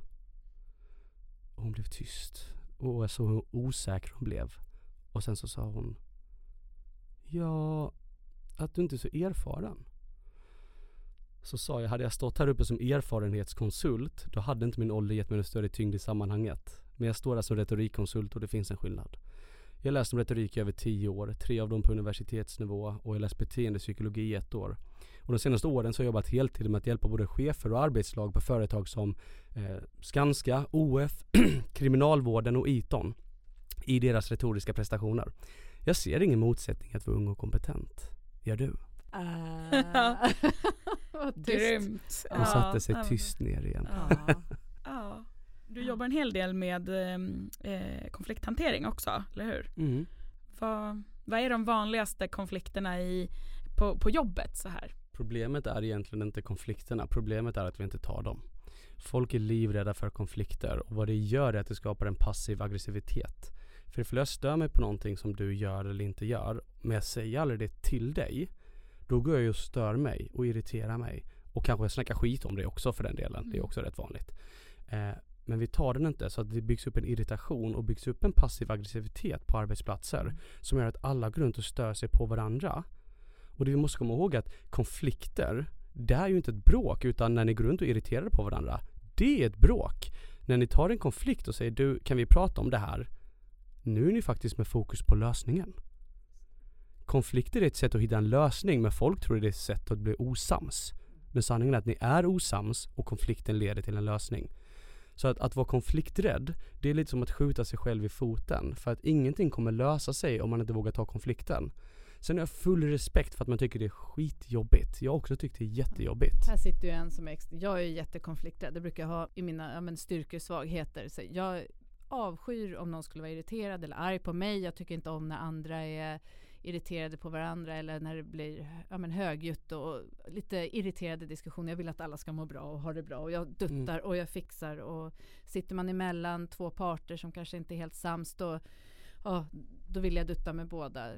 Och hon blev tyst. Och så hur osäker hon blev. Och sen så sa hon, ja, att du inte är så erfaren. Så sa jag, hade jag stått här uppe som erfarenhetskonsult, då hade inte min ålder gett mig någon större tyngd i sammanhanget. Men jag står där som retorikkonsult och det finns en skillnad. Jag har läst om retorik i över tio år, tre av dem på universitetsnivå, och jag har läst beteendepsykologi i ett år. Och de senaste åren så har jag jobbat heltid med att hjälpa både chefer och arbetslag på företag som eh, Skanska, O F, Kriminalvården och Eton i deras retoriska prestationer. Jag ser ingen motsättning att vara ung och kompetent. Gör du? Uh, vad Grymt. Hon satte sig tyst ner igen. Ja. Ja. Du jobbar en hel del med eh, konflikthantering också, eller hur? Mm. Vad, vad är de vanligaste konflikterna i, på, på jobbet så här? Problemet är egentligen inte konflikterna. Problemet är att vi inte tar dem. Folk är livrädda för konflikter, och vad det gör är att det skapar en passiv aggressivitet. För ifall jag stör mig på någonting som du gör eller inte gör, men jag säger aldrig det till dig, då går jag ju och stör mig och irriterar mig. Och kanske jag snackar skit om det också för den delen. Mm. Det är också rätt vanligt. Eh, men vi tar den inte, så att det byggs upp en irritation och byggs upp en passiv aggressivitet på arbetsplatser mm. som gör att alla går runt och stör sig på varandra. Och det vi måste komma ihåg att konflikter, det är ju inte ett bråk, utan när ni går runt och irriterar på varandra, det är ett bråk. När ni tar en konflikt och säger, du, kan vi prata om det här? Nu är ni faktiskt med fokus på lösningen. Konflikter är ett sätt att hitta en lösning, men folk tror det är ett sätt att bli osams. Men sanningen är att ni är osams och konflikten leder till en lösning. Så att, att vara konflikträdd, det är lite som att skjuta sig själv i foten. För att ingenting kommer lösa sig om man inte vågar ta konflikten. Sen har jag full respekt för att man tycker det är skitjobbigt. Jag har också tyckt det är jättejobbigt. Här sitter ju en som är, jag är ju jättekonflikträdd. Det brukar jag ha i mina ja, men styrkesvagheter. Så jag avskyr om någon skulle vara irriterad eller arg på mig. Jag tycker inte om när andra är irriterade på varandra, eller när det blir ja, men högljutt och lite irriterade diskussioner. Jag vill att alla ska må bra och ha det bra, och jag duttar mm. och jag fixar, och sitter man emellan två parter som kanske inte är helt sams, då, ja, då vill jag dutta med båda.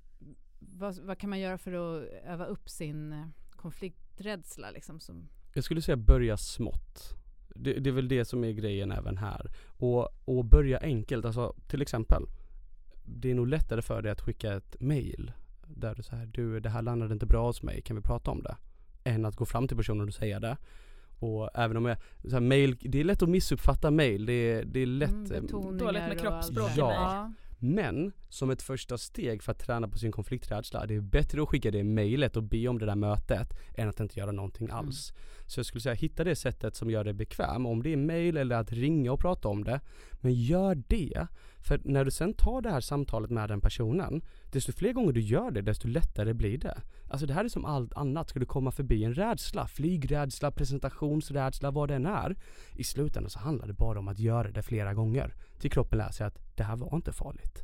Vad, vad kan man göra för att öva upp sin konflikträdsla liksom, som... Jag skulle säga börja smått. Det, det är väl det som är grejen även här. Och, och börja enkelt, alltså till exempel, det är nog lättare för dig att skicka ett mejl där du säger, du, det här landade inte bra hos mig, kan vi prata om det? Än att gå fram till personen och säga det. Och även om jag, så här, mail, det är lätt att missuppfatta mejl, det är, det är lätt mm, dåligt med kroppsspråk. Ja. Ja. Men som ett första steg för att träna på sin konflikträdsla, det är bättre att skicka det mejlet och be om det där mötet än att inte göra någonting alls. Mm. Så jag skulle säga, hitta det sättet som gör dig bekväm, om det är mejl eller att ringa och prata om det. Men gör det, för när du sen tar det här samtalet med den personen, desto fler gånger du gör det, desto lättare blir det. Alltså det här är som allt annat, ska du komma förbi en rädsla, flygrädsla, presentationsrädsla, vad den är, i slutändan så handlar det bara om att göra det flera gånger till kroppen lär sig att det här var inte farligt.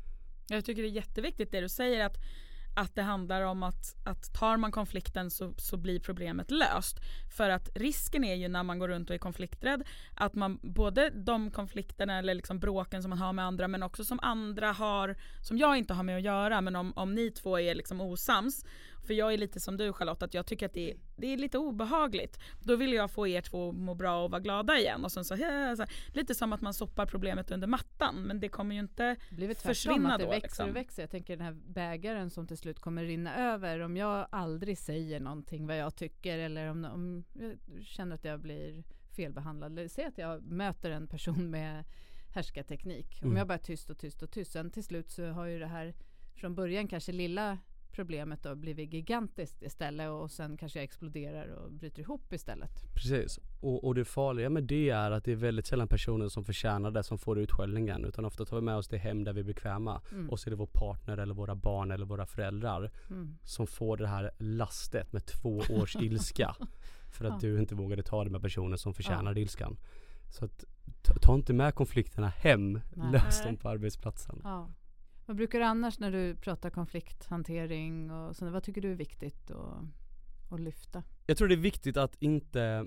Jag tycker det är jätteviktigt det du säger, att, att det handlar om att, att tar man konflikten så, så blir problemet löst. För att risken är ju när man går runt och är konflikträdd, att man både de konflikterna eller liksom bråken som man har med andra, men också som andra har, som jag inte har med att göra, men om, om ni två är liksom osams, för jag är lite som du Charlotte, att jag tycker att det är, det är lite obehagligt. Då vill jag få er två att må bra och vara glada igen. Och sen så, ja, så lite som att man soppar problemet under mattan. Men det kommer ju inte försvinna att det då. Växer liksom. och växer. Jag tänker den här bägaren som till slut kommer rinna över. Om jag aldrig säger någonting vad jag tycker, eller om, om jag känner att jag blir felbehandlad. Eller säg att jag möter en person med härskarteknik. Mm. Om jag bara är tyst och tyst och tyst. Sen till slut så har ju det här från början kanske lilla problemet då blivit gigantiskt istället, och sen kanske jag exploderar och bryter ihop istället. Precis. Och, och det farliga med det är att det är väldigt sällan personer som förtjänar det som får utskällningen, utan ofta tar vi med oss det hem där vi är bekväma. Mm. Och så är det vår partner eller våra barn eller våra föräldrar mm. som får det här lastet med två års ilska för att ja. du inte vågade ta det med personer som förtjänar ja. ilskan. Så att, ta, ta inte med konflikterna hem, Nej. lös dem på arbetsplatsen. Ja. Vad brukar du annars när du pratar konflikthantering och sånt, vad tycker du är viktigt att, att lyfta? Jag tror det är viktigt att inte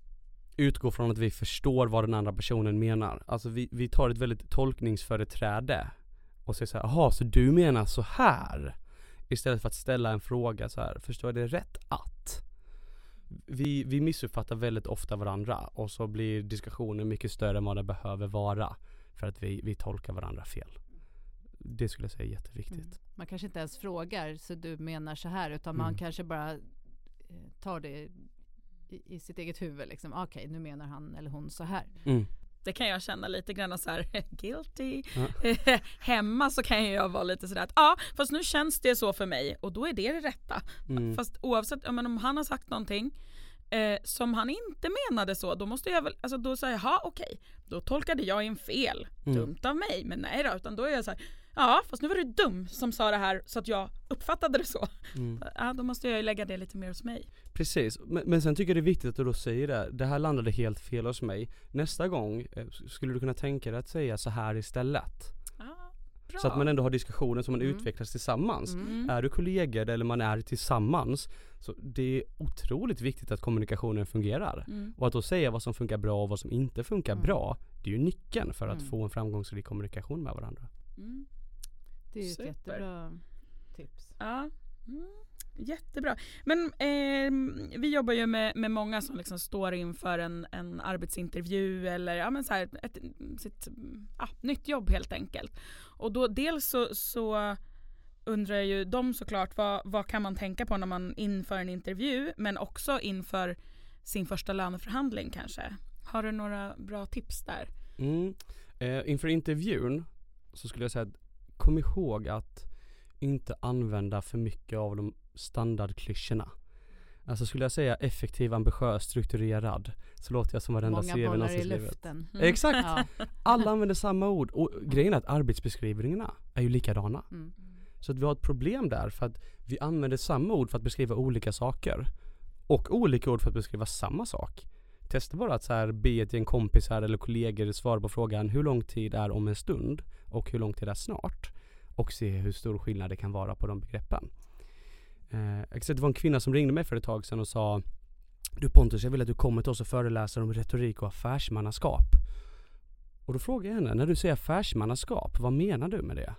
utgå från att vi förstår vad den andra personen menar. Alltså vi, vi tar ett väldigt tolkningsföreträde och säger så här, jaha, så du menar så här? Istället för att ställa en fråga så här, förstår jag det rätt att? Vi, vi missuppfattar väldigt ofta varandra, och så blir diskussionen mycket större än vad det behöver vara för att vi, vi tolkar varandra fel. Det skulle jag säga är jätteviktigt. Mm. Man kanske inte ens frågar, så du menar så här, utan mm. man kanske bara tar det i, i sitt eget huvud. Liksom. Okej, okay, nu menar han eller hon så här. Mm. Det kan jag känna lite grann så här guilty. Ja. Hemma så kan jag vara lite sådär att ja, fast nu känns det så för mig och då är det det rätta. Mm. Fast oavsett ja, men om han har sagt någonting eh, som han inte menade så, då måste jag väl, alltså då säger jag, ja okej, då tolkade jag in fel. Mm. Dumt av mig, men nej då, utan då är jag så här, ja fast nu var du dum som sa det här så att jag uppfattade det så. Mm. Ja, då måste jag ju lägga det lite mer hos mig. Precis, men, men sen tycker jag det är viktigt att du då säger det. Det här landade helt fel hos mig. Nästa gång eh, skulle du kunna tänka dig att säga så här istället. Ja, bra. Så att man ändå har diskussioner som man Mm. utvecklas tillsammans. Mm. Är du kollegor eller man är tillsammans, så det är otroligt viktigt att kommunikationen fungerar. Mm. Och att då säga vad som funkar bra och vad som inte funkar Mm. bra, det är ju nyckeln för att Mm. få en framgångsrik kommunikation med varandra. Mm. Det är ju ett Super. jättebra tips. Ja, mm, jättebra. Men eh, vi jobbar ju med, med många som liksom står inför en, en arbetsintervju eller ja, men så här, ett sitt, ja, nytt jobb helt enkelt. Och då dels så, så undrar ju de såklart vad, vad kan man tänka på när man inför en intervju, men också inför sin första löneförhandling kanske. Har du några bra tips där? Mm. Eh, inför intervjun så skulle jag säga att kom ihåg att inte använda för mycket av de standardklyschorna. Alltså skulle jag säga effektiv, ambitiös, strukturerad, så låter jag som varenda Många C V bollar i någonsin i livet. luften. Mm. Exakt! Ja. Alla använder samma ord. Och grejen är att arbetsbeskrivningarna är ju likadana. Mm. Så att vi har ett problem där för att vi använder samma ord för att beskriva olika saker. Och olika ord för att beskriva samma sak. Testa bara att så här be till en kompis här eller kollegor svara på frågan hur lång tid är om en stund och hur lång tid är snart. Och se hur stor skillnad det kan vara på de begreppen. Eh, det var en kvinna som ringde mig för ett tag sedan och sa: du Pontus, jag vill att du kommer till oss och föreläser om retorik och affärsmannaskap. Och då frågade jag henne, när du säger affärsmannaskap, vad menar du med det?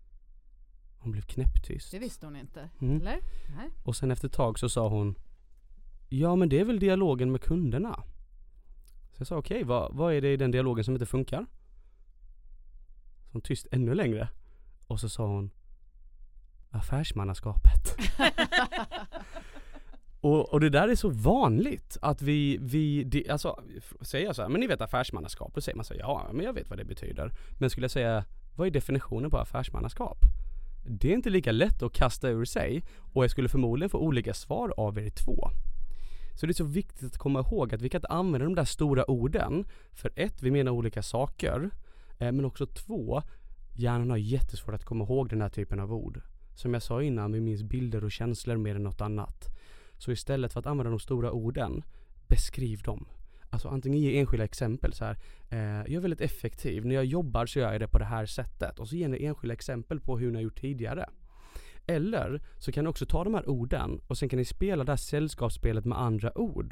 Hon blev knäpptyst. Det visste hon inte, Mm. eller? Nej. Och sen efter ett tag så sa hon: ja, men det är väl dialogen med kunderna. Så jag sa okej, okay, vad, vad är det i den dialogen som inte funkar? Så hon tyst ännu längre. Och så sa hon: affärsmannaskapet. och, och det där är så vanligt att vi, vi de, alltså säger så här, men ni vet affärsmannaskap, då säger man så här, ja men jag vet vad det betyder. Men skulle jag säga, vad är definitionen på affärsmannaskap? Det är inte lika lätt att kasta ur sig, och jag skulle förmodligen få olika svar av er två. Så det är så viktigt att komma ihåg att vi kan inte använda de där stora orden. För ett, vi menar olika saker. Eh, men också två, hjärnan har jättesvårt att komma ihåg den här typen av ord. Som jag sa innan, vi minns bilder och känslor mer än något annat. Så istället för att använda de stora orden, beskriv dem. Alltså antingen ge enskilda exempel så här. Eh, jag är väldigt effektiv. När jag jobbar så gör jag det på det här sättet. Och så ger ni enskilda exempel på hur ni har gjort tidigare. Eller så kan ni också ta de här orden och sen kan ni spela det här sällskapsspelet med andra ord.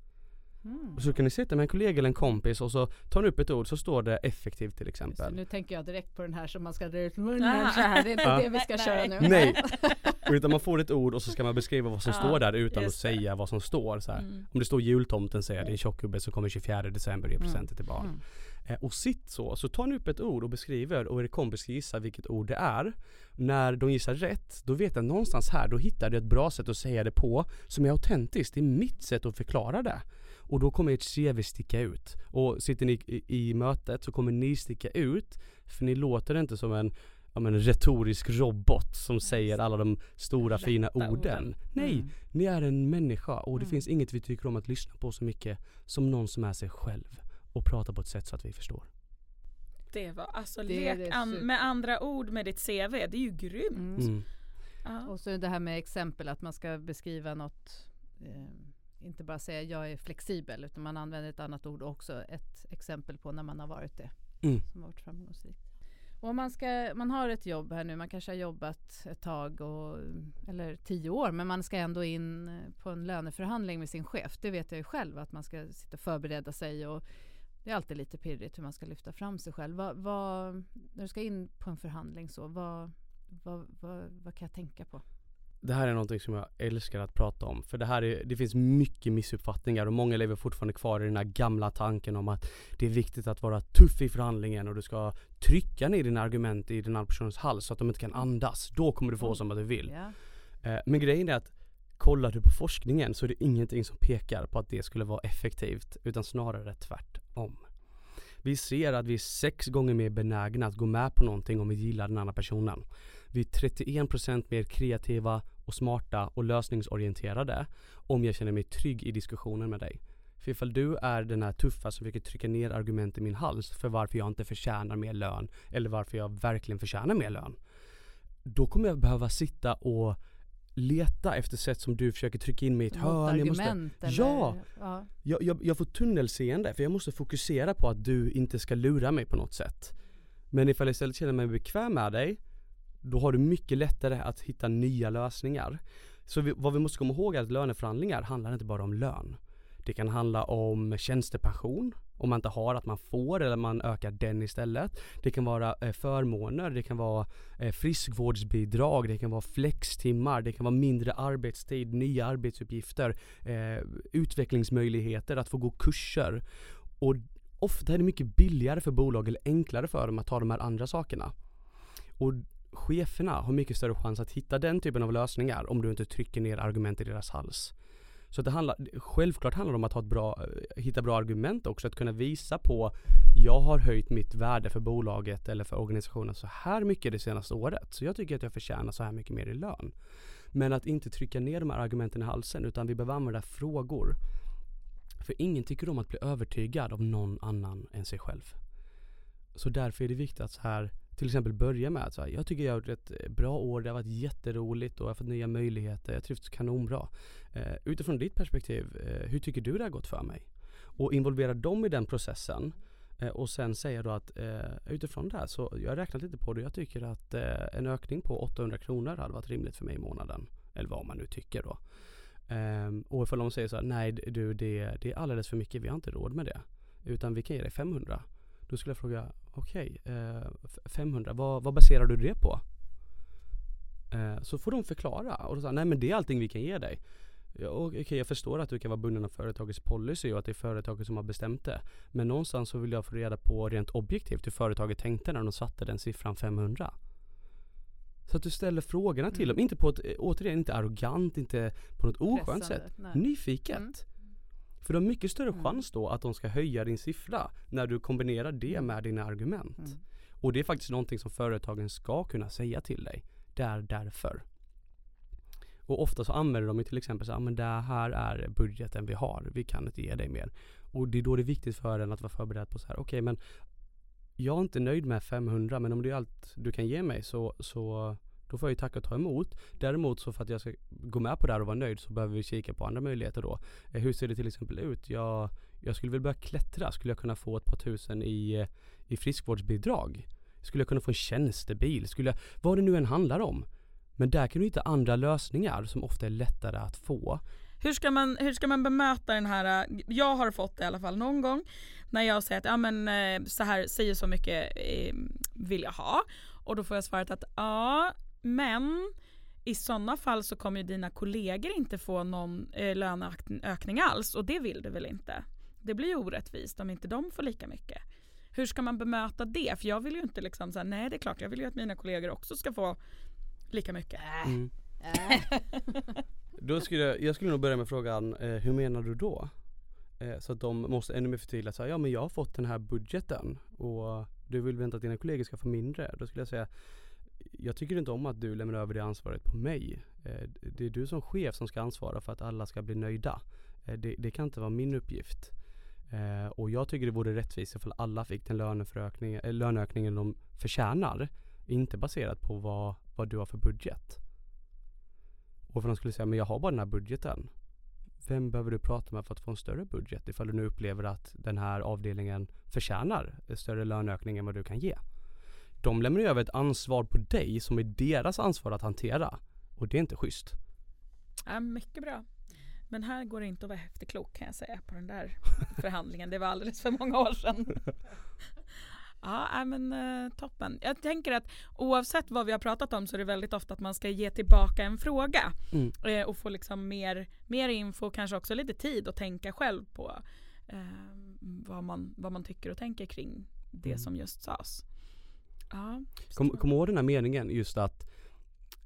Mm. Och så kan ni sitta med en kollega eller en kompis och så tar ni upp ett ord så står det effektivt till Just det, exempel. nu tänker jag direkt på den här som man ska dra ut munnen så här. Det är inte Ja. det vi ska köra nu. Nej, utan man får ett ord och så ska man beskriva vad som Ja, står där utan att just det. säga vad som står. Så här. Mm. Om det står jultomten säger det är en tjockgubbe som kommer tjugofjärde december och ger Mm. presenter till barn. Mm. Eh, och sitt så, så tar ni upp ett ord och beskriver och er kompis ska gissa vilket ord det är. När de gissar rätt, då vet jag någonstans här, då hittar du ett bra sätt att säga det på som är autentiskt. Det är mitt sätt att förklara det. Och då kommer ert C V sticka ut. Och sitter ni i, i mötet så kommer ni sticka ut, för ni låter inte som en, ja, en retorisk robot som säger alla de stora Rätta fina orden. orden. Nej, Mm. ni är en människa och det Mm. finns inget vi tycker om att lyssna på så mycket som någon som är sig själv och pratar på ett sätt så att vi förstår. Det var alltså Det är lek det an, super- med andra ord med ditt C V. Det är ju grymt. Mm. Mm. Ja. Och så det här med exempel, att man ska beskriva något, eh, inte bara säga jag är flexibel, utan man använder ett annat ord också, ett exempel på när man har varit det, Mm. som har varit framgångsrikt. Och om man, ska, man har ett jobb här nu, man kanske har jobbat ett tag och, eller tio år, men man ska ändå in på en löneförhandling med sin chef. Det vet jag ju själv, att man ska sitta och förbereda sig, och det är alltid lite pirrigt hur man ska lyfta fram sig själv. Vad, vad, när du ska in på en förhandling, så vad, vad, vad, vad kan jag tänka på? Det här är någonting som jag älskar att prata om. För det här är, det finns mycket missuppfattningar och många lever fortfarande kvar i den här gamla tanken om att det är viktigt att vara tuff i förhandlingen och du ska trycka ner dina argument i den andra personens hals så att de inte kan andas. Då kommer du få som att du vill. Ja. Eh, men grejen är att kollar du på forskningen så är det ingenting som pekar på att det skulle vara effektivt, utan snarare tvärtom. Vi ser att vi är sex gånger mer benägna att gå med på någonting om vi gillar den andra personen. Vi är trettioen procent mer kreativa och smarta och lösningsorienterade om jag känner mig trygg i diskussionen med dig. För ifall du är den här tuffa som försöker trycka ner argument i min hals för varför jag inte förtjänar mer lön eller varför jag verkligen förtjänar mer lön, då kommer jag behöva sitta och leta efter sätt som du försöker trycka in mig i ett hörn. Jag måste, eller, ja, ja. Jag, jag, jag får tunnelseende för jag måste fokusera på att du inte ska lura mig på något sätt. Men ifall jag istället känner mig bekväm med dig, då har du mycket lättare att hitta nya lösningar. Så vi, vad vi måste komma ihåg är att löneförhandlingar handlar inte bara om lön. Det kan handla om tjänstepension, om man inte har att man får eller man ökar den istället. Det kan vara eh, förmåner, det kan vara eh, friskvårdsbidrag, det kan vara flextimmar, det kan vara mindre arbetstid, nya arbetsuppgifter, eh, utvecklingsmöjligheter, att få gå kurser. Och ofta är det mycket billigare för bolag eller enklare för dem att ta de här andra sakerna. Och cheferna har mycket större chans att hitta den typen av lösningar om du inte trycker ner argument i deras hals. Så det handlar, självklart handlar det om att ha ett bra, hitta bra argument också, att kunna visa på jag har höjt mitt värde för bolaget eller för organisationen så här mycket det senaste året. Så jag tycker att jag förtjänar så här mycket mer i lön. Men att inte trycka ner de här argumenten i halsen, utan vi behöver använda frågor. För ingen tycker om att bli övertygad av någon annan än sig själv. Så därför är det viktigt att så här till exempel börja med att så här, jag tycker jag har gjort ett bra år, det har varit jätteroligt och jag har fått nya möjligheter, jag trivs kanonbra. Eh, utifrån ditt perspektiv, eh, hur tycker du det har gått för mig? Och involvera dem i den processen eh, och sen säga då att eh, utifrån det här så jag har räknat lite på det, jag tycker att eh, en ökning på åttahundra kronor hade varit rimligt för mig i månaden. Eller vad man nu tycker då. Eh, och ifall de säger så här, nej du det, det är alldeles för mycket, vi har inte råd med det. Utan vi kan ge dig femhundra. Då skulle jag fråga, okej, okay, eh, femhundra, vad, vad baserar du det på? Eh, så får de förklara. Och då säger nej men det är allting vi kan ge dig. Ja, okej, okay, jag förstår att du kan vara bunden av företagets policy och att det är företaget som har bestämt det. Men någonstans så vill jag få reda på rent objektivt hur företaget tänkte när de satte den siffran femhundra. Så att du ställer frågorna till mm. dem. Inte på ett, återigen, inte arrogant, inte på något oskönt sätt. Nej. Nyfiket. Mm. För du har mycket större mm. chans då att de ska höja din siffra när du kombinerar det med dina argument. Mm. Och det är faktiskt någonting som företagen ska kunna säga till dig. Det är därför. Och ofta så använder de till exempel så här, men det här är budgeten vi har. Vi kan inte ge dig mer. Och det är då det är viktigt för en att vara förberedd på så här, okej okay, men jag är inte nöjd med femhundra, men om det är allt du kan ge mig så, så då får jag ju tacka och ta emot. Däremot så för att jag ska gå med på det här och vara nöjd så behöver vi kika på andra möjligheter då. Eh, hur ser det till exempel ut? Jag, jag skulle vilja börja klättra. Skulle jag kunna få ett par tusen i, i friskvårdsbidrag? Skulle jag kunna få en tjänstebil? Skulle jag, vad det nu än handlar om. Men där kan du hitta andra lösningar som ofta är lättare att få. Hur ska man, hur ska man bemöta den här, jag har fått det i alla fall någon gång, när jag säger att ja, men, så här säger så mycket eh, vill jag ha. Och då får jag svaret att ja, men i sådana fall så kommer ju dina kollegor inte få någon eh, löneökning alls, och det vill du väl inte? Det blir ju orättvist om inte de får lika mycket. Hur ska man bemöta det? För jag vill ju inte liksom säga nej, det är klart, jag vill ju att mina kollegor också ska få lika mycket. Mm. Då skulle jag, jag skulle nog börja med frågan, eh, hur menar du då? Eh, så att de måste ännu mer förtydliga att ja men jag har fått den här budgeten och du vill vänta att dina kollegor ska få mindre. Då skulle jag säga, jag tycker inte om att du lämnar över det ansvaret på mig. Eh, det är du som chef som ska ansvara för att alla ska bli nöjda. Eh, det, det kan inte vara min uppgift. Eh, och jag tycker det vore rättvist ifall alla fick den löneökning, äh, löneökningen de förtjänar. Inte baserat på vad, vad du har för budget. Och för de skulle säga, men jag har bara den här budgeten. Vem behöver du prata med för att få en större budget ifall du nu upplever att den här avdelningen förtjänar en större löneökning än vad du kan ge? De lämnar över ett ansvar på dig som är deras ansvar att hantera. Och det är inte schysst. Ja, mycket bra. Men här går det inte att vara efterklok, kan jag säga, på den där förhandlingen. Det var alldeles för många år sedan. Ja, men eh, toppen. Jag tänker att oavsett vad vi har pratat om så är det väldigt ofta att man ska ge tillbaka en fråga. Mm. Eh, och få liksom mer, mer info, kanske också lite tid att tänka själv på eh, vad, man, vad man tycker och tänker kring det mm. som just sades. Ja, kom, kom ihåg den här meningen, just att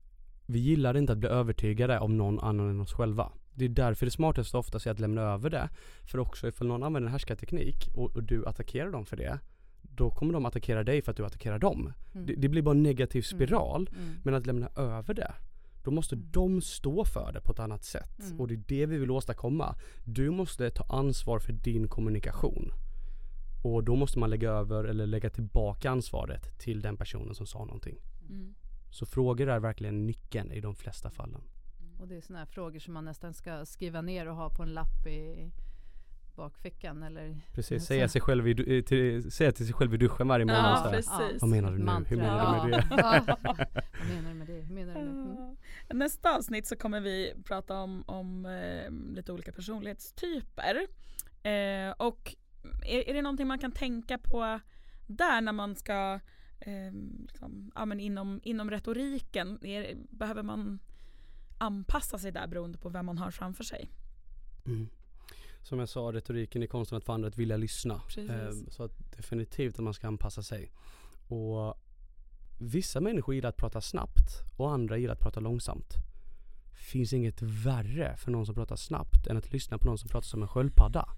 vi gillar inte att bli övertygade av någon annan än oss själva. Det är därför det smartaste oftast är att lämna över det. För också ifall någon använder härskarteknik och, och du attackerar dem för det, då kommer de attackera dig för att du attackerar dem. Mm. Det, det blir bara en negativ spiral. Mm. Men att lämna över det, då måste Mm. de stå för det på ett annat sätt. Mm. Och det är det vi vill åstadkomma. Du måste ta ansvar för din kommunikation. Och då måste man lägga över eller lägga tillbaka ansvaret till den personen som sa någonting. Mm. Så frågor är verkligen nyckeln i de flesta fallen. Och det är såna här frågor som man nästan ska skriva ner och ha på en lapp i bakfickan. Eller Precis, så. säga, sig själv i, du- till, säga till sig själv i duschen varje månad. Ja, så här. precis. Vad menar du nu? Mantra. Hur menar du med det? Ja. Vad menar du med det? Hur menar du med det? Mm. Nästa avsnitt så kommer vi prata om, om eh, lite olika personlighetstyper. Eh, och är, är det någonting man kan tänka på där när man ska eh, liksom, ja, men inom, inom retoriken? Är, behöver man anpassa sig där beroende på vem man har framför sig? Mm. Som jag sa, retoriken är konsten att få andra att vilja lyssna. Precis. Eh, så att definitivt att man ska anpassa sig. Och vissa människor gillar att prata snabbt och andra gillar att prata långsamt. Finns inget värre för någon som pratar snabbt än att lyssna på någon som pratar som en sköldpadda.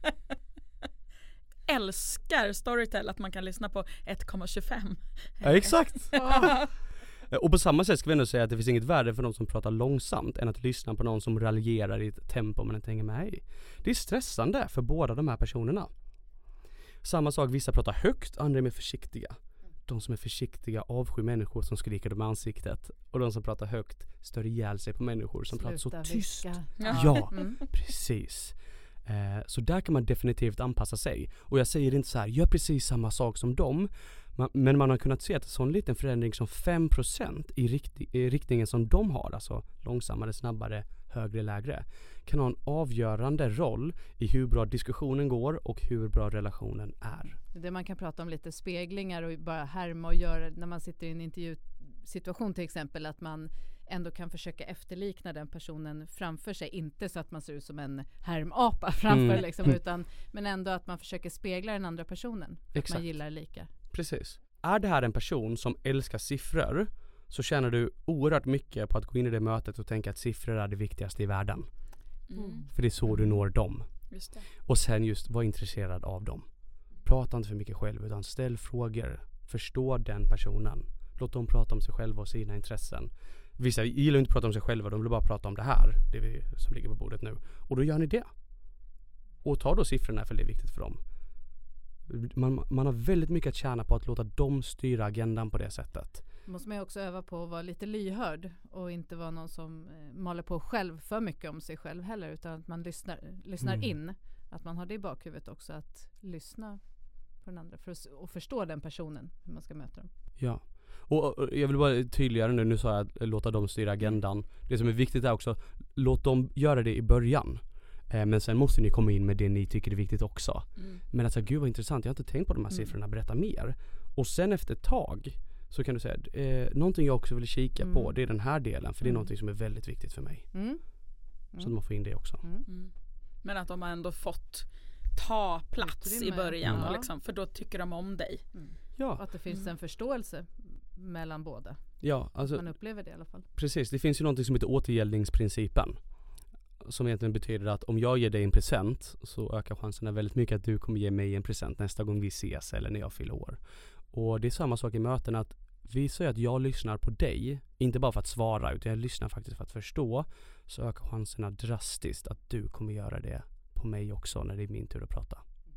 Älskar Storytel att man kan lyssna på ett komma tjugofem. Ja, exakt! Och på samma sätt ska vi ändå säga att det finns inget värde för någon som pratar långsamt än att lyssna på någon som raljerar i ett tempo man inte hänger med i. Det är stressande för båda de här personerna. Samma sak, vissa pratar högt, andra är mer försiktiga. De som är försiktiga avskyr människor som skriker dem i ansiktet. Och de som pratar högt stör ihjäl sig på människor som pratar så Sluta tyst. viska. Ja, Mm. precis. Eh, så där kan man definitivt anpassa sig. Och jag säger inte så här, gör precis samma sak som dem. Man, men man har kunnat se att en sån liten förändring som fem procent i, rikti, i riktningen som de har, alltså långsammare, snabbare, högre, lägre, kan ha en avgörande roll i hur bra diskussionen går och hur bra relationen är. Det man kan prata om lite speglingar och bara härma och göra när man sitter i en intervjusituation till exempel, att man ändå kan försöka efterlikna den personen framför sig, inte så att man ser ut som en härmapa framför Mm. liksom, utan, men ändå att man försöker spegla den andra personen, för att Exakt. man gillar lika. Precis. Är det här en person som älskar siffror, så tjänar du oerhört mycket på att gå in i det mötet och tänka att siffror är det viktigaste i världen. Mm. För det är så du når dem. Just det. Och sen just var intresserad av dem. Prata inte för mycket själv, utan ställ frågor. Förstå den personen. Låt dem prata om sig själva och sina intressen. Vissa gillar inte att prata om sig själva, de vill bara prata om det här, det vi, som ligger på bordet nu. Och då gör ni det. Och ta då siffrorna för det är viktigt för dem. Man, man har väldigt mycket att tjäna på att låta dem styra agendan på det sättet. Måste man ju också öva på att vara lite lyhörd och inte vara någon som eh, maler på själv för mycket om sig själv heller, utan att man lyssnar, lyssnar Mm. in. Att man har det i bakhuvudet också, att lyssna på den andra för att, s- och förstå den personen, hur man ska möta dem. Ja. Och, och jag vill bara tydligare nu, nu sa jag att låta dem styra agendan. Det som är viktigt är också, låt dem göra det i början. Eh, men sen måste ni komma in med det ni tycker är viktigt också. Mm. Men alltså, gud vad intressant, jag har inte tänkt på de här Mm. siffrorna, berätta mer. Och sen efter ett tag så kan du säga, eh, någonting jag också vill kika Mm. på, det är den här delen, för det är Mm. någonting som är väldigt viktigt för mig. Mm. Så att Mm. man får in det också. Mm. Mm. Men att de har ändå fått ta plats Utrymme. i början, Ja. och liksom, för då tycker de om dig. Mm. Och Ja, att det finns Mm. en förståelse mellan båda. ja alltså, Man upplever det i alla fall. precis. Det finns ju någonting som heter återgäldningsprincipen. Som egentligen betyder att om jag ger dig en present så ökar chanserna väldigt mycket att du kommer ge mig en present nästa gång vi ses eller när jag fyller år. Och det är samma sak i möten, att visar jag att jag lyssnar på dig, inte bara för att svara utan jag lyssnar faktiskt för att förstå, så ökar chanserna drastiskt att du kommer göra det på mig också när det är min tur att prata.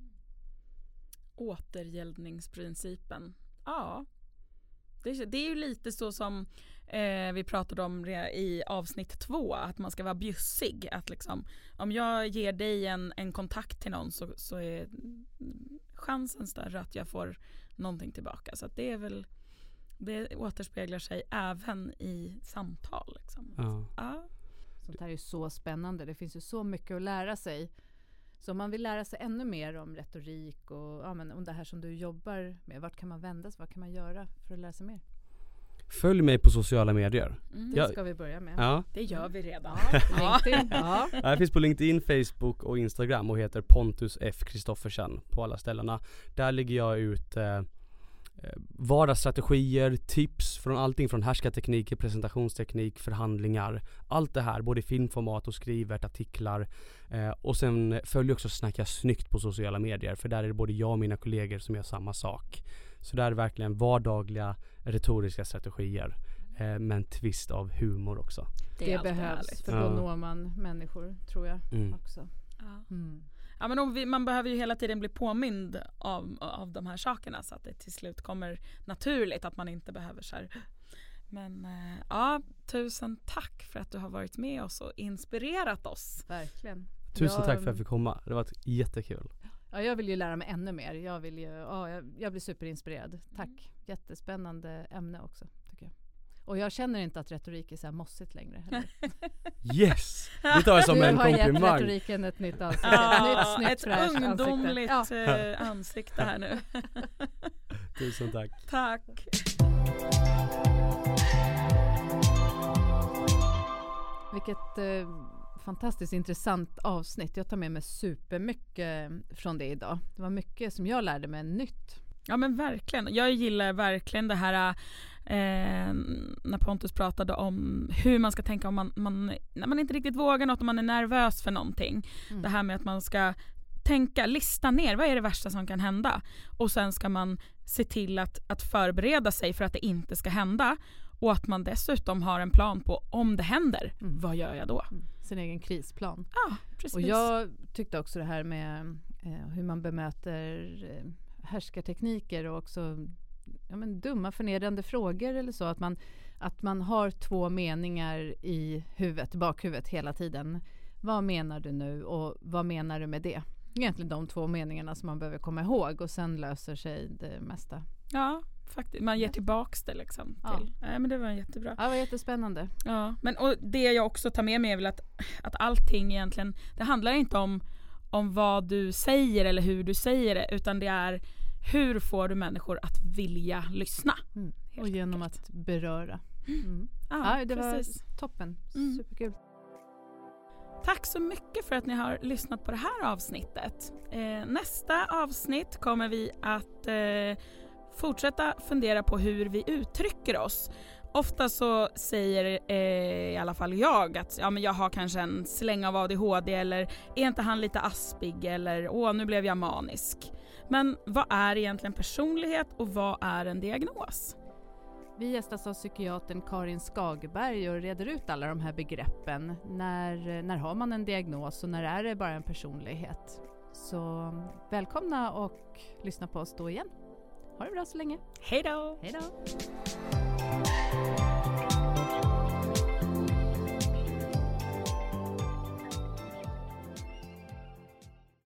Återgäldningsprincipen. Ja. Det, det är ju lite så som eh, vi pratade om re- i avsnitt två, att man ska vara bjussig. Att liksom, om jag ger dig en, en kontakt till någon så, så är chansen större att jag får någonting tillbaka. Så att det är väl, det återspeglar sig även i samtal. Liksom. Ja. Ja. Sånt här är ju så spännande. Det finns ju så mycket att lära sig. Så om man vill lära sig ännu mer om retorik och ja, men om det här som du jobbar med, vart kan man vända sig? Vad kan man göra för att lära sig mer? Följ mig på sociala medier. Mm. Det Ja. ska vi börja med. Ja. Det gör vi redan. Ja, LinkedIn. Ja. Jag finns på LinkedIn, Facebook och Instagram och heter Pontus F. Kristoffersen på alla ställena. Där ligger jag ut eh, vardagsstrategier, tips från allting från härskarteknik, presentationsteknik, förhandlingar. Allt det här, både i filmformat och skrivet, artiklar. Eh, och sen följ också Snacka snyggt på sociala medier, för där är det både jag och mina kollegor som gör samma sak. Så där är det verkligen vardagliga retoriska strategier eh, med en twist av humor också. Det, det behövs, för då ja. når man människor, tror jag mm. också. Ja. Mm. Ja, men om vi, man behöver ju hela tiden bli påmind av, av de här sakerna så att det till slut kommer naturligt, att man inte behöver så här. Men äh, ja, tusen tack för att du har varit med oss och inspirerat oss. Verkligen. Tusen jag, tack för att jag fick komma. Det var jättekul. Ja, jag vill ju lära mig ännu mer. Jag, vill ju, ja, jag, jag blir superinspirerad. Tack. Mm. Jättespännande ämne också, tycker jag. Och jag känner inte att retorik är så här mossigt längre heller. Yes! Det tar jag som en komplimang. Du har gett retoriken ett nytt ansikte. Ja, ett nytt, snyggt, ett ungdomligt ansikte. Ja. ansikte här nu. Tusen tack. Tack. Vilket eh, fantastiskt intressant avsnitt. Jag tar med mig supermycket från det idag. Det var mycket som jag lärde mig nytt. Ja, men verkligen. Jag gillar verkligen det här eh, när Pontus pratade om hur man ska tänka om man, man, när man inte riktigt vågar något, om man är nervös för någonting. Mm. Det här med att man ska tänka, lista ner, vad är det värsta som kan hända? Och sen ska man se till att, att förbereda sig för att det inte ska hända. Och att man dessutom har en plan på om det händer, mm. vad gör jag då? Mm. Sin egen krisplan. Ja, precis. Och jag tyckte också det här med eh, hur man bemöter eh, härskartekniker och också ja, men dumma förnedrande frågor eller så. Att man, att man har två meningar i huvudet, bakhuvudet hela tiden. Vad menar du nu och vad menar du med det? Egentligen de två meningarna som man behöver komma ihåg och sen löser sig det mesta. Ja, faktiskt. Man ger tillbaks det liksom. Ja. Till. Nej, men det var jättebra. Ja, det var jättespännande. Ja, men och det jag också tar med mig är väl att, att allting egentligen, det handlar inte om, om vad du säger eller hur du säger det, utan det är hur får du människor att vilja lyssna. Mm. Och genom enkelt. Att beröra. Mm. Ja, ja, det precis. var toppen. Mm. Superkul. Tack så mycket för att ni har lyssnat på det här avsnittet. Eh, nästa avsnitt kommer vi att eh, fortsätta fundera på hur vi uttrycker oss. Ofta så säger eh, i alla fall jag att ja, men jag har kanske en släng av A D H D, eller är inte han lite aspig, eller åh, nu blev jag manisk. Men vad är egentligen personlighet och vad är en diagnos? Vi gästas av psykiatern Karin Skagerberg och reder ut alla de här begreppen. När, när har man en diagnos och när är det bara en personlighet? Så välkomna och lyssna på oss då igen. Ha det bra så länge. Hej då! Hej då!